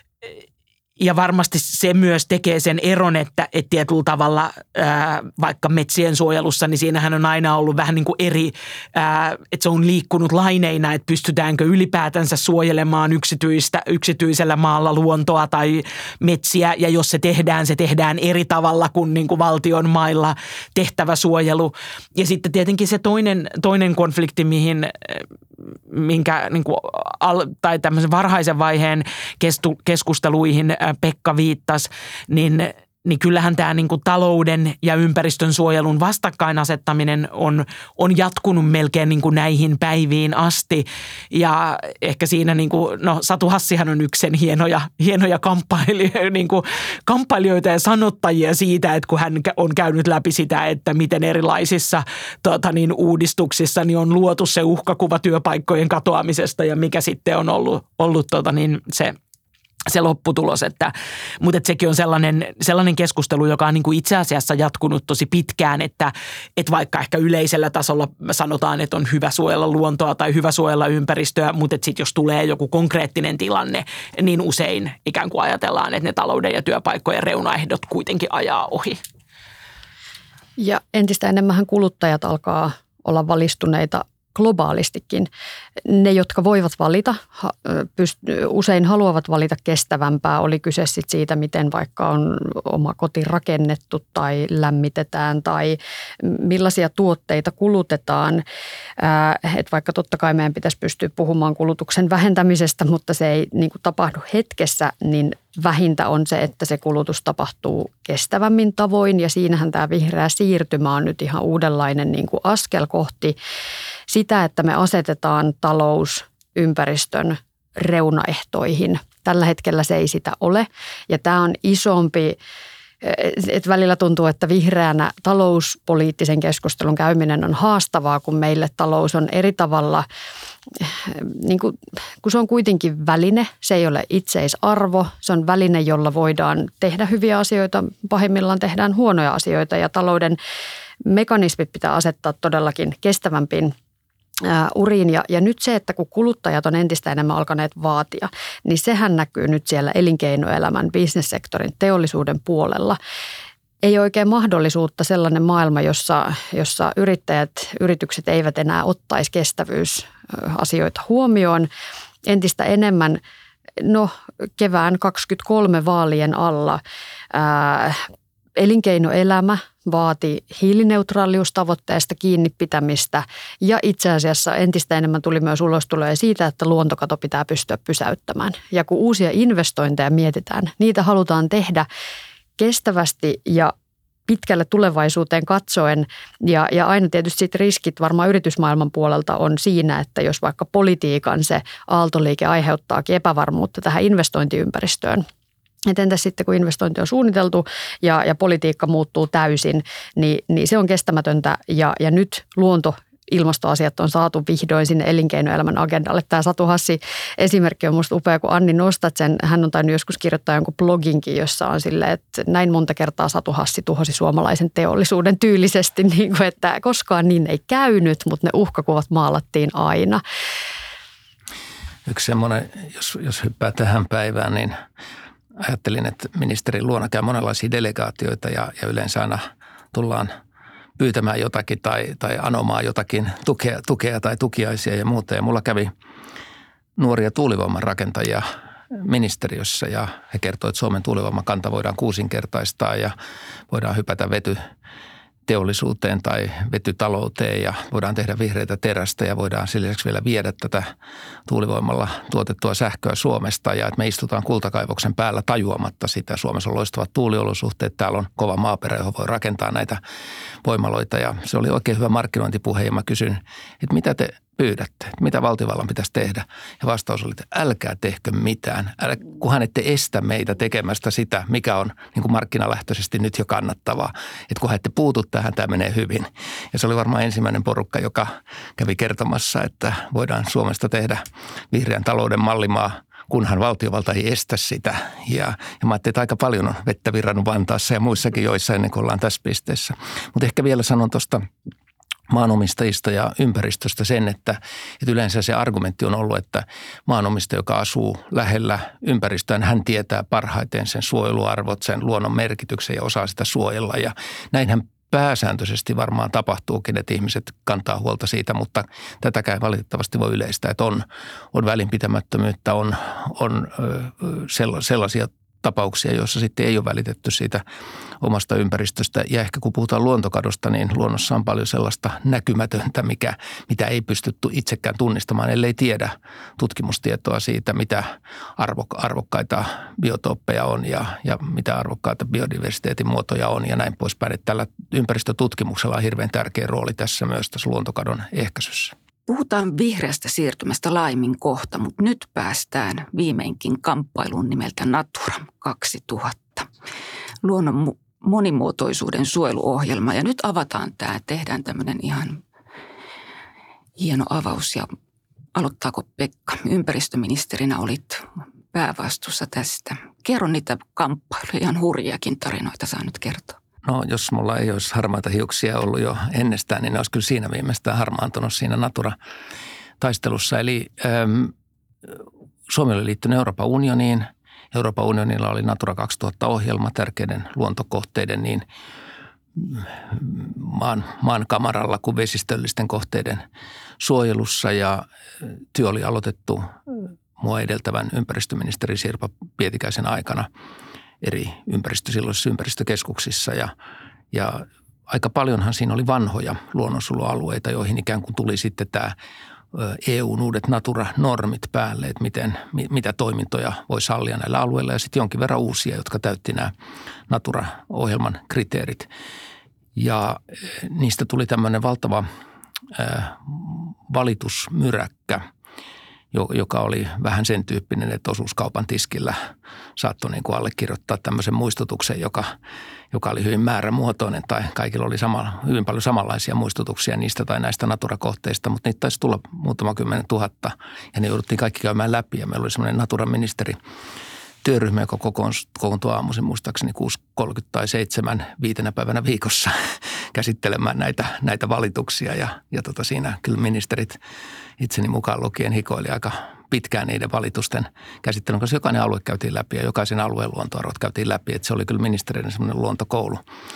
Ja varmasti se myös tekee sen eron, että, että tietyllä tavalla ää, vaikka metsien suojelussa, niin siinähän on aina ollut vähän niin kuin eri, ää, että se on liikkunut laineina, että pystytäänkö ylipäätänsä suojelemaan yksityistä, yksityisellä maalla luontoa tai metsiä. Ja jos se tehdään, se tehdään eri tavalla kuin, niin kuin valtion mailla tehtävä suojelu. Ja sitten tietenkin se toinen, toinen konflikti, mihin minkä niin kuin, tai tämmöisen varhaisen vaiheen kestu, keskusteluihin Pekka viittasi, niin, niin kyllähän tämä niin kuin talouden ja ympäristön suojelun vastakkainasettaminen on, on jatkunut melkein niin kuin näihin päiviin asti. Ja ehkä siinä, niin kuin, no Satu Hassihan on yksi sen hienoja, hienoja kamppailijoita, niin kuin kamppailijoita ja sanottajia siitä, että kun hän on käynyt läpi sitä, että miten erilaisissa tota niin, uudistuksissa niin on luotu se uhkakuva työpaikkojen katoamisesta ja mikä sitten on ollut, ollut tota niin, se se lopputulos, että, mutta että sekin on sellainen, sellainen keskustelu, joka on niin kuin itse asiassa jatkunut tosi pitkään, että, että vaikka ehkä yleisellä tasolla sanotaan, että on hyvä suojella luontoa tai hyvä suojella ympäristöä, mutta että sitten jos tulee joku konkreettinen tilanne, niin usein ikään kuin ajatellaan, että ne talouden ja työpaikkojen reunaehdot kuitenkin ajaa ohi. Ja entistä enemmän kuluttajat alkaa olla valistuneita globaalistikin. Ne, jotka voivat valita, pyst- usein haluavat valita kestävämpää, oli kyse sit siitä, miten vaikka on oma koti rakennettu tai lämmitetään tai millaisia tuotteita kulutetaan. Että vaikka totta kai meidän pitäisi pystyä puhumaan kulutuksen vähentämisestä, mutta se ei niin kuin tapahdu hetkessä, niin vähintä on se, että se kulutus tapahtuu kestävämmin tavoin ja siinähän tämä vihreä siirtymä on nyt ihan uudenlainen niin kuin askel kohti sitä, että me asetetaan talous ympäristön reunaehtoihin Tällä hetkellä se ei sitä ole ja tämä on isompi, että välillä tuntuu, että vihreänä talouspoliittisen keskustelun käyminen on haastavaa, kun meille talous on eri tavalla, niin kuin, kun se on kuitenkin väline, se ei ole itseisarvo, se on väline, jolla voidaan tehdä hyviä asioita, pahimmillaan tehdään huonoja asioita ja talouden mekanismit pitää asettaa todellakin kestävämpiin uriin. Ja, ja nyt se, että kun kuluttajat on entistä enemmän alkaneet vaatia, niin sehän näkyy nyt siellä elinkeinoelämän, bisnessektorin, teollisuuden puolella. Ei oikein mahdollisuutta sellainen maailma, jossa, jossa yrittäjät, yritykset eivät enää ottaisi kestävyysasioita huomioon entistä enemmän. No kevään kaksikymmentäkolme vaalien alla ää, elinkeinoelämä vaati hiilineutraaliustavoitteesta kiinni pitämistä ja itse asiassa entistä enemmän tuli myös ulostuloja siitä, että luontokato pitää pystyä pysäyttämään. Ja kun uusia investointeja mietitään, niitä halutaan tehdä kestävästi ja pitkälle tulevaisuuteen katsoen ja, ja aina tietysti sit riskit varmaan yritysmaailman puolelta on siinä, että jos vaikka politiikan se aaltoliike aiheuttaakin epävarmuutta tähän investointiympäristöön, että entäs sitten, kun investointi on suunniteltu ja, ja politiikka muuttuu täysin, niin, niin se on kestämätöntä ja, ja nyt luonto ilmastoasiat on saatu vihdoin sinne elinkeinoelämän agendalle. Tämä Satu Hassi esimerkki on musta upea, kun Anni nostat sen. Hän on tainnut joskus kirjoittaa jonkun bloginkin, jossa on silleen, että näin monta kertaa Satu Hassi tuhosi suomalaisen teollisuuden tyylisesti, niin kuin, että koskaan niin ei käynyt, mutta ne uhkakuvat maalattiin aina. Yksi semmoinen, jos, jos hyppää tähän päivään, niin ajattelin, että ministerin luona käy monenlaisia delegaatioita ja, ja yleensä aina tullaan pyytämään jotakin tai, tai anomaan jotakin tukea, tukea tai tukiaisia ja muuta. Ja mulla kävi nuoria tuulivoiman rakentajia ministeriössä ja he kertoivat, että Suomen tuulivoimakanta voidaan kuusinkertaistaa ja voidaan hypätä vetyteollisuuteen tai vetytalouteen ja voidaan tehdä vihreitä terästä ja voidaan sillä lisäksi vielä viedä tätä tuulivoimalla tuotettua sähköä Suomesta ja että me istutaan kultakaivoksen päällä tajuamatta sitä. Suomessa on loistavat tuuliolosuhteet, täällä on kova maaperä, johon voi rakentaa näitä voimaloita ja se oli oikein hyvä markkinointipuhe ja mä kysyin, että mitä te pyydätte, että mitä valtiovallan pitäisi tehdä ja vastaus oli, että älkää tehkö mitään, Älä, kunhan ette estä meitä tekemästä sitä, mikä on niin kuin markkinalähtöisesti nyt jo kannattavaa, että kunhan ette puutu tähän, tämä menee hyvin. Ja se oli varmaan ensimmäinen porukka, joka kävi kertomassa, että voidaan Suomesta tehdä vihreän talouden mallimaa, kunhan valtiovalta ei estä sitä. Ja, ja mä ajattelin, että aika paljon on vettä virrannut Vantaassa ja muissakin joissa ennen kuin ollaan tässä pisteessä. Mutta ehkä vielä sanon tuosta maanomistajista ja ympäristöstä sen, että, että yleensä se argumentti on ollut, että maanomistaja, joka asuu lähellä ympäristöä, hän tietää parhaiten sen suojeluarvot, sen luonnon merkityksen ja osaa sitä suojella. Ja näinhän pääsääntöisesti varmaan tapahtuukin, että ihmiset kantaa huolta siitä, mutta tätäkään valitettavasti voi yleistää, että on, on välinpitämättömyyttä, on, on sellaisia tapauksia, joissa sitten ei ole välitetty siitä omasta ympäristöstä. Ja ehkä kun puhutaan luontokadosta, niin luonnossa on paljon sellaista näkymätöntä, mikä, mitä ei pysty itsekään tunnistamaan, ellei tiedä tutkimustietoa siitä, mitä arvokkaita biotooppeja on ja, ja mitä arvokkaita biodiversiteetin muotoja on ja näin poispäin. Että tällä ympäristötutkimuksella on hirveän tärkeä rooli tässä myös tässä luontokadon ehkäisyssä. Puhutaan vihreästä siirtymästä laajemmin kohta, mutta nyt päästään viimeinkin kamppailuun nimeltä Natura kaksituhatta. Luonnon monimuotoisuuden suojeluohjelma. Ja nyt avataan tämä, tehdään tämmöinen ihan hieno avaus. Ja aloittaako Pekka? Ympäristöministerinä olit päävastuussa tästä. Kerro niitä kamppailuja, ihan hurjiakin tarinoita saa nyt kertoa. No jos mulla ei olisi harmaita hiuksia ollut jo ennestään, niin ne olisi kyllä siinä viimeistään harmaantunut siinä Natura-taistelussa. Eli ähm, Suomi oli liittynyt Euroopan unioniin. Euroopan unionilla oli Natura kaksituhatta-ohjelma tärkeiden luontokohteiden niin maan, maan kamaralla kuin vesistöllisten kohteiden suojelussa. Ja työ oli aloitettu mua edeltävän ympäristöministeri Sirpa Pietikäisen aikana eri ympäristö, silloisissa ympäristökeskuksissa ja, ja aika paljonhan siinä oli vanhoja luonnonsuojelualueita, joihin ikään kuin tuli sitten tämä E U:n uudet Natura-normit päälle, että miten, mitä toimintoja voi sallia näillä alueilla ja sitten jonkin verran uusia, jotka täytti nämä Natura-ohjelman kriteerit. Ja niistä tuli tämmöinen valtava äh, valitusmyräkkä, joka oli vähän sen tyyppinen, että osuuskaupan tiskillä saattoi niin kuin allekirjoittaa tämmöisen muistutuksen, joka, joka oli hyvin määrämuotoinen tai kaikilla oli sama, hyvin paljon samanlaisia muistutuksia niistä tai näistä Natura-kohteista, mutta niitä taisi tulla muutama kymmenen tuhatta ja ne jouduttiin kaikki käymään läpi ja meillä oli semmoinen Natura-ministeri työryhmä, joka kokoontui aamuisin muistaakseni kuusi kolmekymmentä tai seitsemän viitenä päivänä viikossa käsittelemään näitä, näitä valituksia. Ja, ja tota siinä kyllä ministerit itseni mukaan lukien hikoili aika pitkään niiden valitusten käsittelyn, koska jokainen alue käytiin läpi ja jokaisen alueen luontoarvot käytiin läpi. Että se oli kyllä ministeriöiden semmoinen luontokoulu.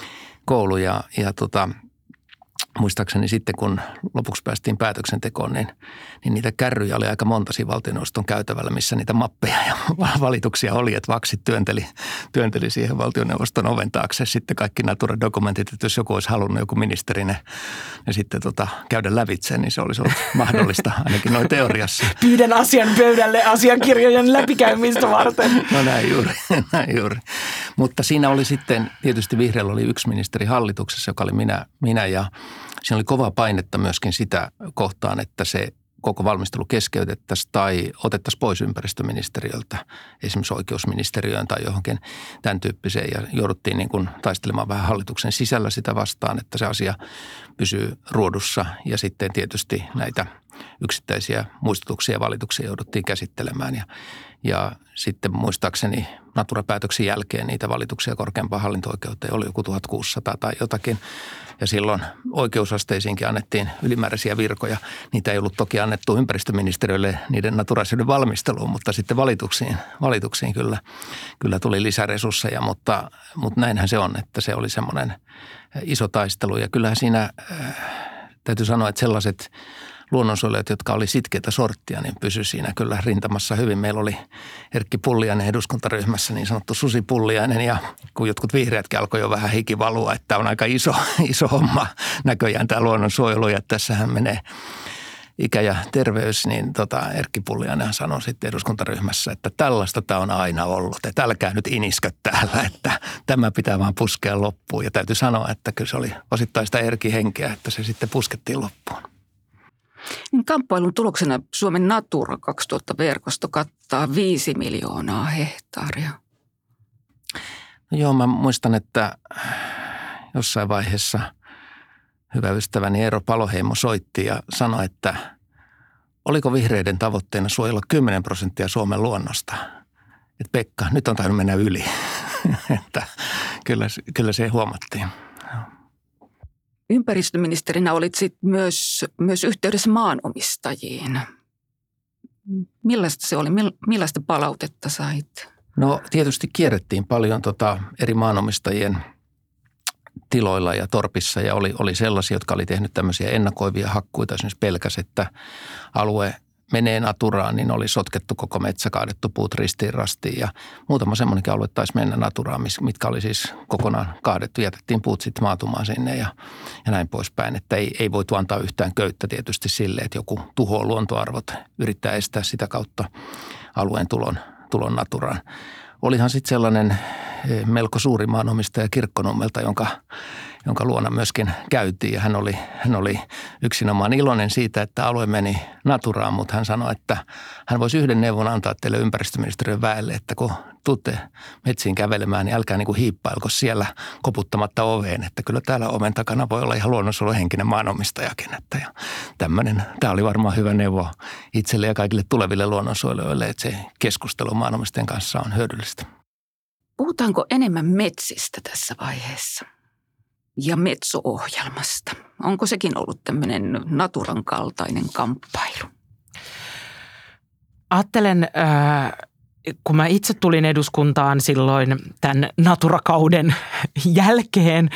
Koulu ja, ja tota, muistaakseni sitten, kun lopuksi päästiin päätöksentekoon, niin, niin niitä kärryjä oli aika monta siinä valtioneuvoston käytävällä, missä niitä mappeja ja valituksia oli, että vaksit työnteli, työnteli siihen valtioneuvoston oven taakse sitten kaikki Natura-dokumentit, että jos joku olisi halunnut, joku ministeri ne, ne sitten tota, käydä lävitse, niin se olisi ollut mahdollista ainakin noin teoriassa. Pyydän asian pöydälle asiakirjojen läpikäymistä varten. No näin juuri, näin juuri. Mutta siinä oli sitten, tietysti vihreällä oli yksi ministeri hallituksessa, joka oli minä, minä ja siinä oli kovaa painetta myöskin sitä kohtaan, että se koko valmistelu keskeytettäisiin tai otettaisiin pois ympäristöministeriöltä, esimerkiksi oikeusministeriöön tai johonkin tämän tyyppiseen. Ja jouduttiin niin kuin taistelemaan vähän hallituksen sisällä sitä vastaan, että se asia pysyy ruodussa. Ja sitten tietysti näitä yksittäisiä muistutuksia ja valituksia jouduttiin käsittelemään. Ja, ja sitten muistaakseni Natura-päätöksen jälkeen niitä valituksia korkeampaan hallinto-oikeuteen oli joku tuhatkuusisataa tai jotakin. Ja silloin oikeusasteisiinkin annettiin ylimääräisiä virkoja. Niitä ei ollut toki annettu ympäristöministeriölle niiden Natura-asioiden valmisteluun, mutta sitten valituksiin, valituksiin kyllä, kyllä tuli lisäresursseja. Mutta, mutta näinhän se on, että se oli semmoinen iso taistelu. Ja kyllähän siinä äh, täytyy sanoa, että sellaiset luonnonsuojelijat, jotka oli sitkeitä sorttia, niin pysyi siinä kyllä rintamassa hyvin. Meillä oli Erkki Pulliainen eduskuntaryhmässä, niin sanottu Susi Pulliainen, ja kun jotkut vihreätkin alkoi jo vähän hikivalua, että on aika iso, iso homma näköjään tämä luonnonsuojelu, ja tässähän menee ikä ja terveys, niin tota Erkki Pulliainen sanoi sitten eduskuntaryhmässä, että tällaista tämä on aina ollut, että älkää nyt iniskö täällä, että tämä pitää vaan puskea loppuun. Ja täytyy sanoa, että kyllä se oli osittain sitä Erkin henkeä, että se sitten puskettiin loppuun. Kamppailun tuloksena Suomen Natura kaksituhatta-verkosto kattaa viisi miljoonaa hehtaaria. No joo, mä muistan, että jossain vaiheessa hyvä ystäväni Eero Paloheimo soitti ja sanoi, että oliko vihreiden tavoitteena suojella kymmenen prosenttia Suomen luonnosta. Että Pekka, nyt on tainnut mennä yli. Että kyllä, kyllä se huomattiin. Ympäristöministerinä olit sit myös, myös yhteydessä maanomistajiin. Millaista se oli? Millaista palautetta sait? No tietysti kierrettiin paljon tota eri maanomistajien tiloilla ja torpissa ja oli, oli sellaisia, jotka oli tehnyt tämmöisiä ennakoivia hakkuita. Esimerkiksi pelkäs, että alue menee Naturaan, niin oli sotkettu koko metsä, kaadettu puut ristiin rastiin ja muutama semmoinenkin alue taisi mennä Naturaan, mitkä oli siis kokonaan kaadettu. Jätettiin puut sitten maatumaan sinne ja, ja näin poispäin, että ei, ei voitu antaa yhtään köyttä tietysti sille, että joku tuhoaa luontoarvot, yrittää estää sitä kautta alueen tulon, tulon Naturaan. Olihan sitten sellainen melko suuri maanomistaja Kirkkonummelta, jonka jonka luona myöskin käytiin. Ja hän oli, hän oli yksinomaan iloinen siitä, että alue meni Naturaan, mutta hän sanoi, että hän voisi yhden neuvon antaa teille ympäristöministeriön väelle, että kun tuutte metsiin kävelemään, niin älkää niin kuin hiippailko siellä koputtamatta oveen, että kyllä täällä oven takana voi olla ihan luonnonsuojeluhenkinen maanomistajakin. Että ja tämmöinen, tämä oli varmaan hyvä neuvo itselle ja kaikille tuleville luonnonsuojelijoille, että se keskustelu maanomistajien kanssa on hyödyllistä. Puhutaanko enemmän metsistä tässä vaiheessa? Ja Metso-ohjelmasta. Onko sekin ollut tämmöinen Naturan kaltainen kamppailu? Ajattelen, kun mä itse tulin eduskuntaan silloin tämän Natura-kauden jälkeen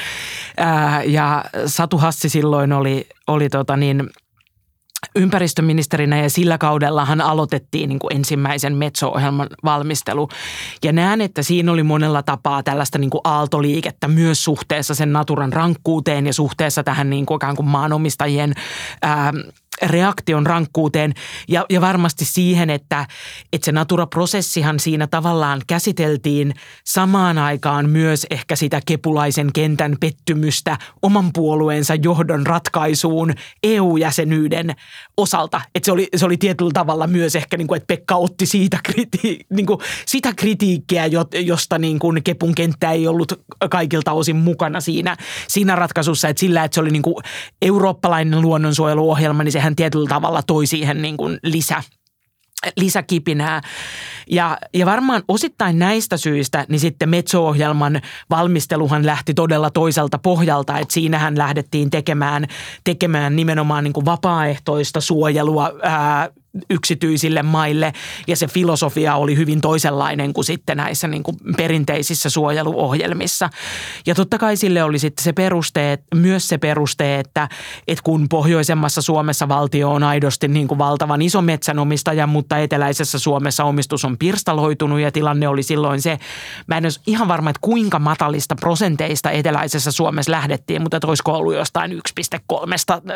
ja Satu Hassi silloin oli, oli tota niin, ympäristöministerinä ja sillä kaudellahan aloitettiin niin kuin ensimmäisen Metso-ohjelman valmistelu. Ja näen, että siinä oli monella tapaa tällaista niin kuin aaltoliikettä myös suhteessa sen Naturan rankkuuteen ja suhteessa tähän niin kuin ikään kuin maanomistajien ää, reaktion rankkuuteen ja, ja varmasti siihen, että, että se Natura-prosessihan siinä tavallaan käsiteltiin samaan aikaan myös ehkä sitä kepulaisen kentän pettymystä oman puolueensa johdon ratkaisuun E U-jäsenyyden osalta. Että se oli, se oli tietyllä tavalla myös ehkä, niin kuin, että Pekka otti siitä kriti, niin kuin, sitä kritiikkiä, josta niin kuin kepun kenttä ei ollut kaikilta osin mukana siinä, siinä ratkaisussa. Että sillä, että se oli niin kuin eurooppalainen luonnonsuojeluohjelma, niin sehän tietyllä tavalla toi siihen niin kuin lisä. lisäkipinää. Ja, ja varmaan osittain näistä syistä niin sitten Metso-ohjelman valmisteluhan lähti todella toiselta pohjalta, että siinähän lähdettiin tekemään, tekemään nimenomaan niin kuin vapaaehtoista suojelua ää, yksityisille maille ja se filosofia oli hyvin toisenlainen kuin sitten näissä niin kuin perinteisissä suojeluohjelmissa. Ja totta kai sille oli sitten se peruste, myös se peruste, että, että kun pohjoisemmassa Suomessa valtio on aidosti niin kuin valtavan iso metsänomistaja, mutta eteläisessä Suomessa omistus on pirstaloitunut ja tilanne oli silloin se, mä en ole ihan varma, että kuinka matalista prosenteista eteläisessä Suomessa lähdettiin, mutta olisiko ollut jostain yksi pilkku kolme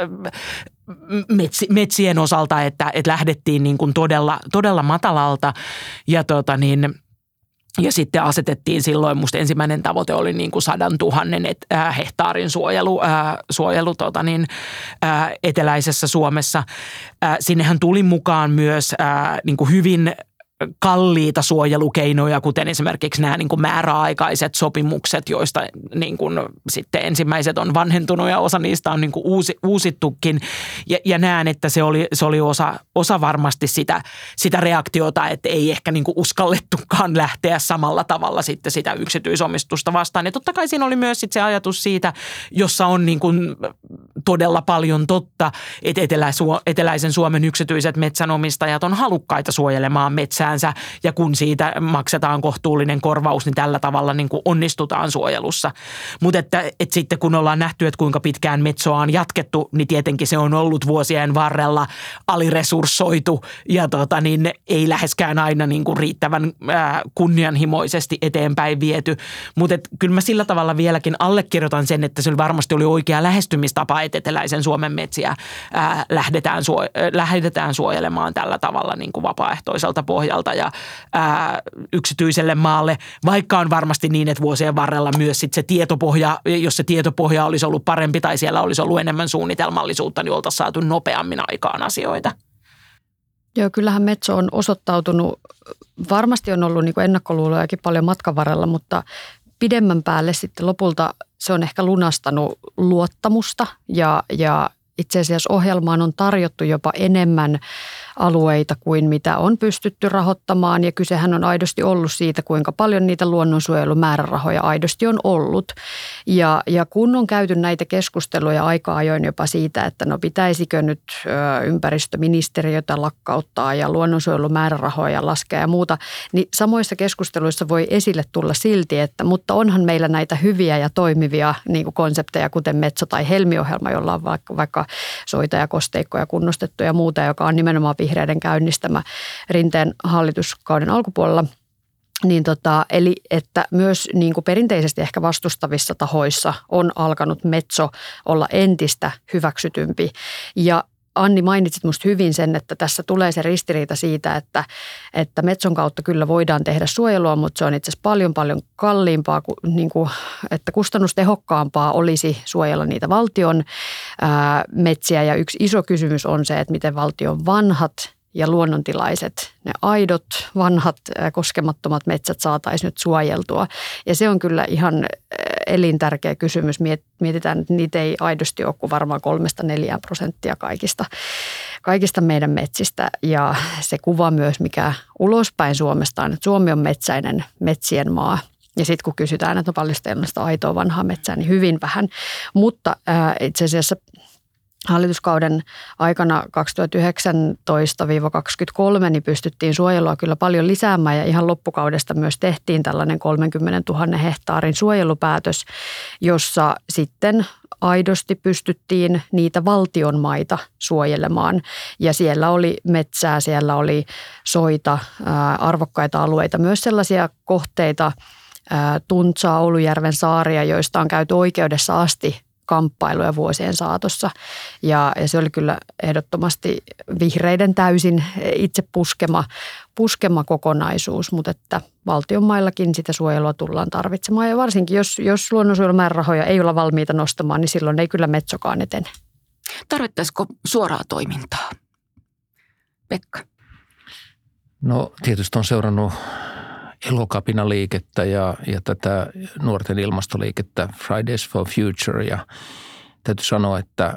metsi, metsien osalta, että, että lähdettiin niin kuin todella, todella matalalta ja, tota niin, ja sitten asetettiin silloin, musta ensimmäinen tavoite oli niin kuin sadan tuhannen et, äh, hehtaarin suojelu, äh, suojelu tota niin, äh, eteläisessä Suomessa. Äh, sinnehän tuli mukaan myös äh, niin kuin hyvin kalliita suojelukeinoja, kuten esimerkiksi nämä niin kuin määräaikaiset sopimukset, joista niin kuin sitten ensimmäiset on vanhentunut ja osa niistä on niin kuin uusi, uusittukin. Ja, ja näen, että se oli, se oli osa, osa varmasti sitä, sitä reaktiota, että ei ehkä niin kuin uskallettukaan lähteä samalla tavalla sitten sitä yksityisomistusta vastaan. Ja totta kai siinä oli myös sitten se ajatus siitä, jossa on niin kuin todella paljon totta, että etelä, eteläisen Suomen yksityiset metsänomistajat on halukkaita suojelemaan metsää. Ja kun siitä maksetaan kohtuullinen korvaus, niin tällä tavalla niin kuin onnistutaan suojelussa. Mutta että, että sitten kun ollaan nähty, että kuinka pitkään Metsoa on jatkettu, niin tietenkin se on ollut vuosien varrella aliresurssoitu ja tota, niin ei läheskään aina niin kuin riittävän ää, kunnianhimoisesti eteenpäin viety. Mutta kyllä mä sillä tavalla vieläkin allekirjoitan sen, että se varmasti oli oikea lähestymistapa, että eteläisen Suomen metsiä ää, lähdetään, suo, lähdetään suojelemaan tällä tavalla niin kuin vapaaehtoiselta pohjalta ja ää, yksityiselle maalle, vaikka on varmasti niin, että vuosien varrella myös sit se tietopohja, jos se tietopohja olisi ollut parempi tai siellä olisi ollut enemmän suunnitelmallisuutta, niin oltaisiin saatu nopeammin aikaan asioita. Joo, kyllähän Metso on osoittautunut, varmasti on ollut niin kuin ennakkoluulojakin paljon matkan varrella, mutta pidemmän päälle sitten lopulta se on ehkä lunastanut luottamusta ja, ja itse asiassa ohjelmaan on tarjottu jopa enemmän alueita kuin mitä on pystytty rahoittamaan ja kysehän on aidosti ollut siitä, kuinka paljon niitä luonnonsuojelumäärärahoja aidosti on ollut. Ja, ja kun on käyty näitä keskusteluja aika ajoin jopa siitä, että no pitäisikö nyt ö, ympäristöministeriötä lakkauttaa ja luonnonsuojelumäärärahoja laskea ja muuta, niin samoissa keskusteluissa voi esille tulla silti, että mutta onhan meillä näitä hyviä ja toimivia niin kuin konsepteja, kuten Metso- tai Helmi-ohjelma, jolla on vaikka, vaikka soita ja kosteikkoja kunnostettu ja muuta, joka on nimenomaan vihreiden käynnistämä Rinteen hallituskauden alkupuolella. Niin tota, eli että myös niin kuin perinteisesti ehkä vastustavissa tahoissa on alkanut Metso olla entistä hyväksytympi. Ja Anni, mainitsit musta hyvin sen, että tässä tulee se ristiriita siitä, että, että Metson kautta kyllä voidaan tehdä suojelua, mutta se on itse asiassa paljon paljon kalliimpaa, niin kuin, että kustannustehokkaampaa olisi suojella niitä valtion ää, metsiä. Ja yksi iso kysymys on se, että miten valtion vanhat ja luonnontilaiset, ne aidot, vanhat, koskemattomat metsät saataisiin nyt suojeltua. Ja se on kyllä ihan elintärkeä kysymys. Mietitään, että niitä ei aidosti ole kuin varmaan kolmesta neljään prosenttia kaikista, kaikista meidän metsistä. Ja se kuva myös, mikä ulospäin Suomesta on, että Suomi on metsäinen metsien maa. Ja sitten kun kysytään, että no paljon teillä on sitä aitoa vanhaa metsää, niin hyvin vähän. Mutta ää, itse asiassa hallituskauden aikana kaksituhattayhdeksäntoista kaksikymmentäkolme niin pystyttiin suojelua kyllä paljon lisäämään ja ihan loppukaudesta myös tehtiin tällainen kolmekymmentätuhatta hehtaarin suojelupäätös, jossa sitten aidosti pystyttiin niitä valtion maita suojelemaan ja siellä oli metsää, siellä oli soita, arvokkaita alueita, myös sellaisia kohteita, Tuntsaa, Oulujärven saaria, joista on käyty oikeudessa asti kamppailuja vuosien saatossa. Ja, ja se oli kyllä ehdottomasti vihreiden täysin itse puskema, puskema kokonaisuus, mutta että valtion maillakin sitä suojelua tullaan tarvitsemaan. Ja varsinkin, jos, jos luonnonsuojelumäärärahoja ei olla valmiita nostamaan, niin silloin ei kyllä Metsokaan etene. Tarvittaisiko suoraa toimintaa? Pekka. No tietysti on seurannut Elokapina-liikettä ja, ja tätä nuorten ilmastoliikettä Fridays for Future ja täytyy sanoa, että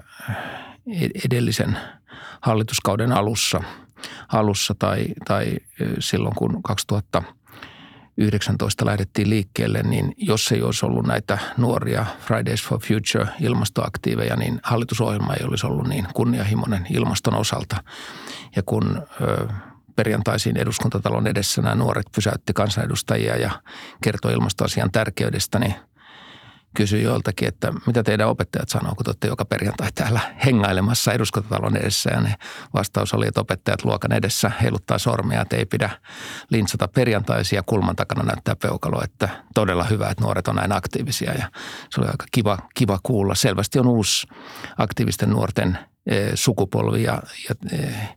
edellisen hallituskauden alussa, alussa tai, tai silloin kun kaksituhattayhdeksäntoista lähdettiin liikkeelle, niin jos ei olisi ollut näitä nuoria Fridays for Future ilmastoaktiiveja, niin hallitusohjelma ei olisi ollut niin kunnianhimoinen ilmaston osalta. Ja kun ö, perjantaisin eduskuntatalon edessä nämä nuoret pysäytti kansanedustajia ja kertoi ilmastoasian tärkeydestä, niin kysyi joiltakin, että mitä teidän opettajat sanoo, kun te olette joka perjantai täällä hengailemassa eduskuntatalon edessä. Ja ne vastaus oli, että opettajat luokan edessä heiluttaa sormia, että ei pidä lintsata perjantaisia. Kulman takana näyttää peukalo, että todella hyvä, että nuoret on näin aktiivisia. Ja se oli aika kiva, kiva kuulla. Selvästi on uusi aktiivisten nuorten eh, sukupolvi ja, ja eh,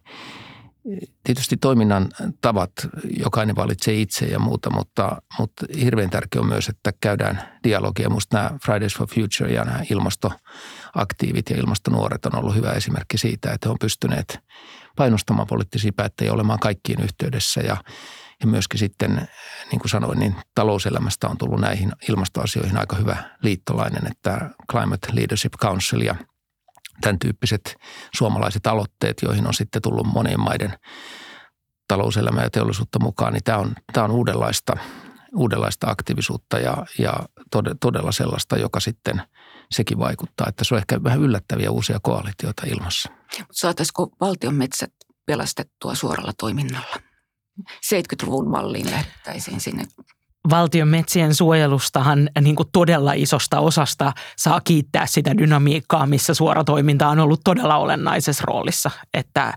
tietysti toiminnan tavat jokainen valitsee itse ja muuta, mutta, mutta hirveän tärkeää on myös, että käydään dialogia. Minusta nämä Fridays for Future ja nämä ilmastoaktiivit ja ilmastonuoret on ollut hyvä esimerkki siitä, että he on pystyneet painostamaan poliittisia päättäjiä olemaan kaikkiin yhteydessä ja, ja myöskin sitten, niin kuin sanoin, niin talouselämästä on tullut näihin ilmastoasioihin aika hyvä liittolainen, että Climate Leadership Council ja tämän tyyppiset suomalaiset aloitteet, joihin on sitten tullut monien maiden talouselämää ja teollisuutta mukaan, niin tämä on, tämä on uudenlaista, uudenlaista aktiivisuutta ja, ja todella sellaista, joka sitten sekin vaikuttaa, että se on ehkä vähän yllättäviä uusia koalitioita ilmassa. Saataisiko valtion metsät pelastettua suoralla toiminnalla? seitsemänkymmentäluvun malliin lähdettäisiin sinne. Valtion metsien suojelustahan niin kuin todella isosta osasta saa kiittää sitä dynamiikkaa, missä suora toiminta on ollut todella olennaisessa roolissa. Että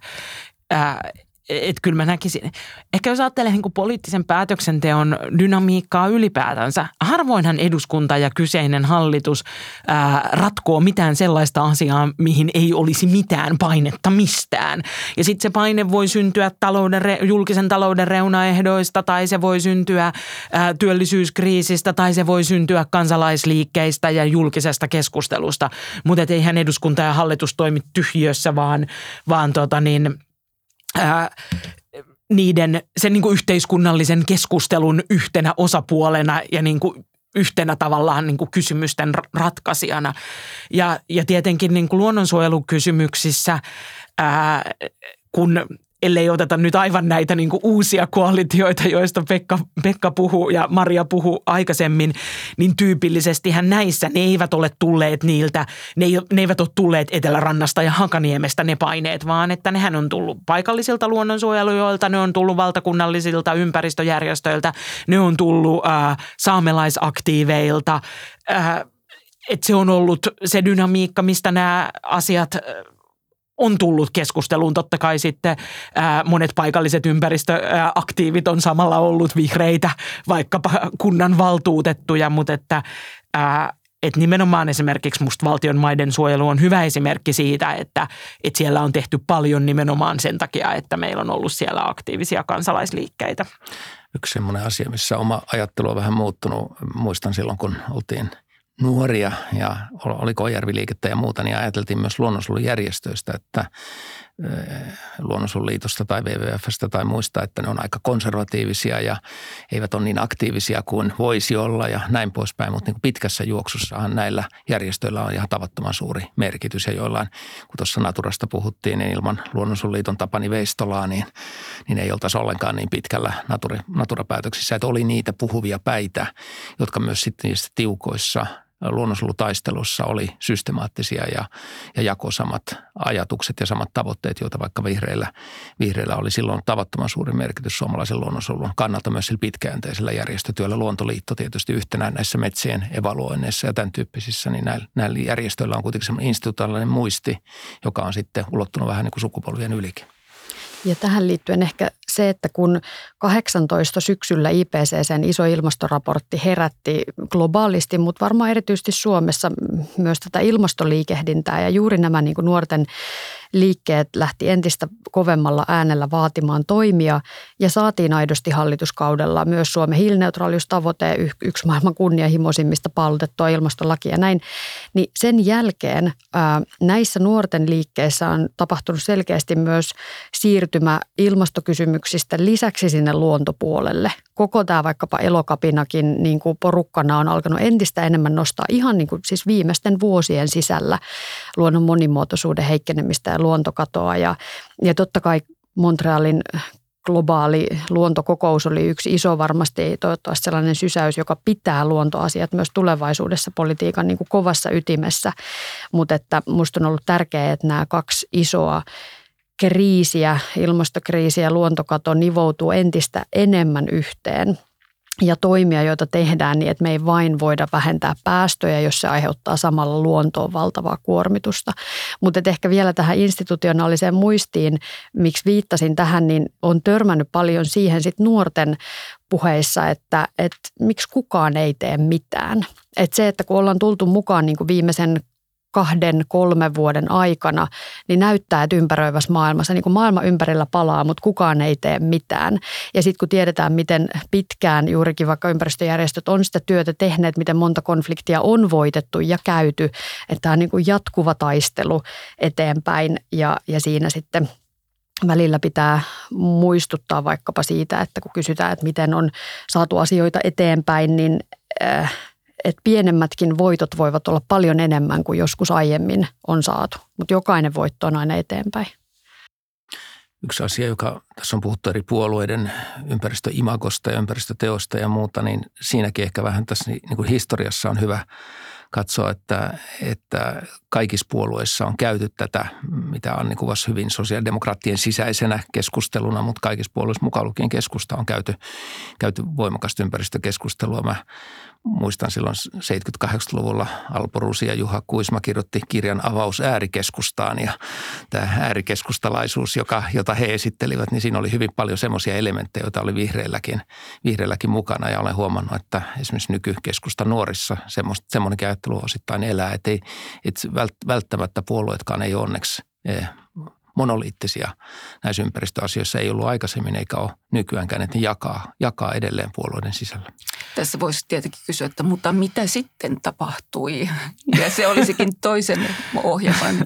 ää, et kyllä mä näkisin, ehkä jos ajattelee niin kuin poliittisen päätöksenteon dynamiikkaa ylipäätänsä, harvoinhan eduskunta ja kyseinen hallitus ää, ratkoo mitään sellaista asiaa, mihin ei olisi mitään painetta mistään. Ja sitten se paine voi syntyä talouden, julkisen talouden reunaehdoista tai se voi syntyä ää, työllisyyskriisistä tai se voi syntyä kansalaisliikkeistä ja julkisesta keskustelusta. Mutta eihän eduskunta ja hallitus toimi tyhjössä, vaan, vaan tota niin... Ää, niiden sen niin kuin yhteiskunnallisen keskustelun yhtenä osapuolena ja niin kuin yhtenä tavallaan niin kuin kysymysten ratkaisijana. Ja, ja tietenkin niin kuin luonnonsuojelukysymyksissä, ää, kun ellei oteta nyt aivan näitä niin kuin uusia koalitioita, joista Pekka, Pekka puhuu ja Maria puhuu aikaisemmin, niin tyypillisestihän näissä ne eivät ole tulleet niiltä, ne, ei, ne eivät ole tulleet Etelärannasta ja Hakaniemestä ne paineet, vaan että nehän on tullut paikallisilta luonnonsuojelijoilta, ne on tullut valtakunnallisilta ympäristöjärjestöiltä, ne on tullut äh, saamelaisaktiiveilta, äh, että se on ollut se dynamiikka, mistä nämä asiat on tullut keskusteluun. Totta kai sitten ää, monet paikalliset ympäristöaktiivit on samalla ollut vihreitä, vaikkapa kunnan valtuutettuja, mutta että ää, et nimenomaan esimerkiksi musta valtion maiden suojelu on hyvä esimerkki siitä, että et siellä on tehty paljon nimenomaan sen takia, että meillä on ollut siellä aktiivisia kansalaisliikkeitä. Yksi semmoinen asia, missä oma ajattelu on vähän muuttunut. Muistan silloin, kun oltiin nuoria ja oli Koijärvi-liikettä ja muuta, niin ajateltiin myös luonnonsuojelujärjestöistä, että Luonnonsuojeluliitosta tai W W F:stä tai muista, että ne on aika konservatiivisia ja eivät ole niin aktiivisia kuin voisi olla ja näin poispäin. Mutta niin kuin pitkässä juoksussahan näillä järjestöillä on ihan tavattoman suuri merkitys ja joillain, kun tuossa Naturasta puhuttiin, niin ilman Luonnonsuojeluliiton Tapani Veistolaa, niin, niin ei oltaisi ollenkaan niin pitkällä natura, Natura-päätöksissä. Että oli niitä puhuvia päitä, jotka myös sitten niissä tiukoissa luonnonsuojelutaistelussa oli systemaattisia ja, ja jako samat ajatukset ja samat tavoitteet, joita vaikka vihreillä, vihreillä oli silloin tavattoman suuri merkitys suomalaisen luonnonsuojelun kannalta myös sillä pitkäjänteisellä järjestötyöllä. Luontoliitto tietysti yhtenä näissä metsien evaluoinneissa ja tämän tyyppisissä, niin näillä, näillä järjestöillä on kuitenkin semmoinen institutionaalinen muisti, joka on sitten ulottunut vähän niin kuin sukupolvien ylikin. Ja tähän liittyen ehkä se, että kun kahdeksantoista syksyllä I P C C:n iso ilmastoraportti herätti globaalisti, mutta varmaan erityisesti Suomessa myös tätä ilmastoliikehdintää ja juuri nämä niin kuin nuorten liikkeet lähti entistä kovemmalla äänellä vaatimaan toimia ja saatiin aidosti hallituskaudella myös Suomen hiilineutraaliustavoite, yksi maailman kunnianhimoisimmista paalutettua ilmastolakia ja näin, niin sen jälkeen ää, näissä nuorten liikkeissä on tapahtunut selkeästi myös siirtymä ilmastokysymyksistä lisäksi sinne luontopuolelle. Koko tämä vaikkapa Elokapinakin niin kuin porukkana on alkanut entistä enemmän nostaa ihan niin kuin siis viimeisten vuosien sisällä luonnon monimuotoisuuden heikkenemistä ja luontokatoa. Ja, ja totta kai Montrealin globaali luontokokous oli yksi iso varmasti toivottavasti sellainen sysäys, joka pitää luontoasiat myös tulevaisuudessa politiikan niin kuin kovassa ytimessä. Mutta että musta on ollut tärkeää, että nämä kaksi isoa kriisiä, ilmastokriisi ja luontokato nivoutuu entistä enemmän yhteen. Ja toimia, joita tehdään niin, että me ei vain voida vähentää päästöjä, jos se aiheuttaa samalla luontoon valtavaa kuormitusta. Mutta ehkä vielä tähän institutionaaliseen muistiin, miksi viittasin tähän, niin on törmännyt paljon siihen sit nuorten puheissa, että, että miksi kukaan ei tee mitään. Että se, että kun ollaan tultu mukaan niin kuin viimeisen kahden, kolmen vuoden aikana, niin näyttää, että ympäröivässä maailmassa, niin kuin maailma ympärillä palaa, mutta kukaan ei tee mitään. Ja sitten kun tiedetään, miten pitkään juurikin vaikka ympäristöjärjestöt on sitä työtä tehneet, miten monta konfliktia on voitettu ja käyty, että tämä on niin kuin jatkuva taistelu eteenpäin ja, ja siinä sitten välillä pitää muistuttaa vaikkapa siitä, että kun kysytään, että miten on saatu asioita eteenpäin, niin äh, että pienemmätkin voitot voivat olla paljon enemmän kuin joskus aiemmin on saatu, mutta jokainen voitto on aina eteenpäin. Yksi asia, joka tässä on puhuttu eri puolueiden ympäristöimagosta ja ympäristöteosta ja muuta, niin siinäkin ehkä vähän tässä niin kuin historiassa on hyvä katsoa, että, että kaikissa puolueissa on käyty tätä, mitä Anni kuvasi hyvin sosiaalidemokraattien sisäisenä keskusteluna, mutta kaikissa puolueissa mukaan lukien keskusta on käyty, käyty voimakasta ympäristökeskustelua. Mä muistan silloin seitsemänkymmentä-kahdeksankymmentäluvulla Alpo Rusi ja Juha Kuisma kirjoitti kirjan Avaus äärikeskustaan ja tämä äärikeskustalaisuus, joka, jota he esittelivät, niin siinä oli hyvin paljon semmoisia elementtejä, joita oli vihreilläkin, vihreilläkin mukana ja olen huomannut, että esimerkiksi nykykeskusta nuorissa semmoinenkin ajattelu osittain elää, että, ei, että välttämättä puolueetkaan ei onneksi monoliittisia näissä ympäristöasioissa ei ollut aikaisemmin eikä ole nykyäänkään, että ne jakaa, jakaa edelleen puolueiden sisällä. Tässä voisi tietenkin kysyä, että mutta mitä sitten tapahtui? Ja se olisikin toisen ohjelman.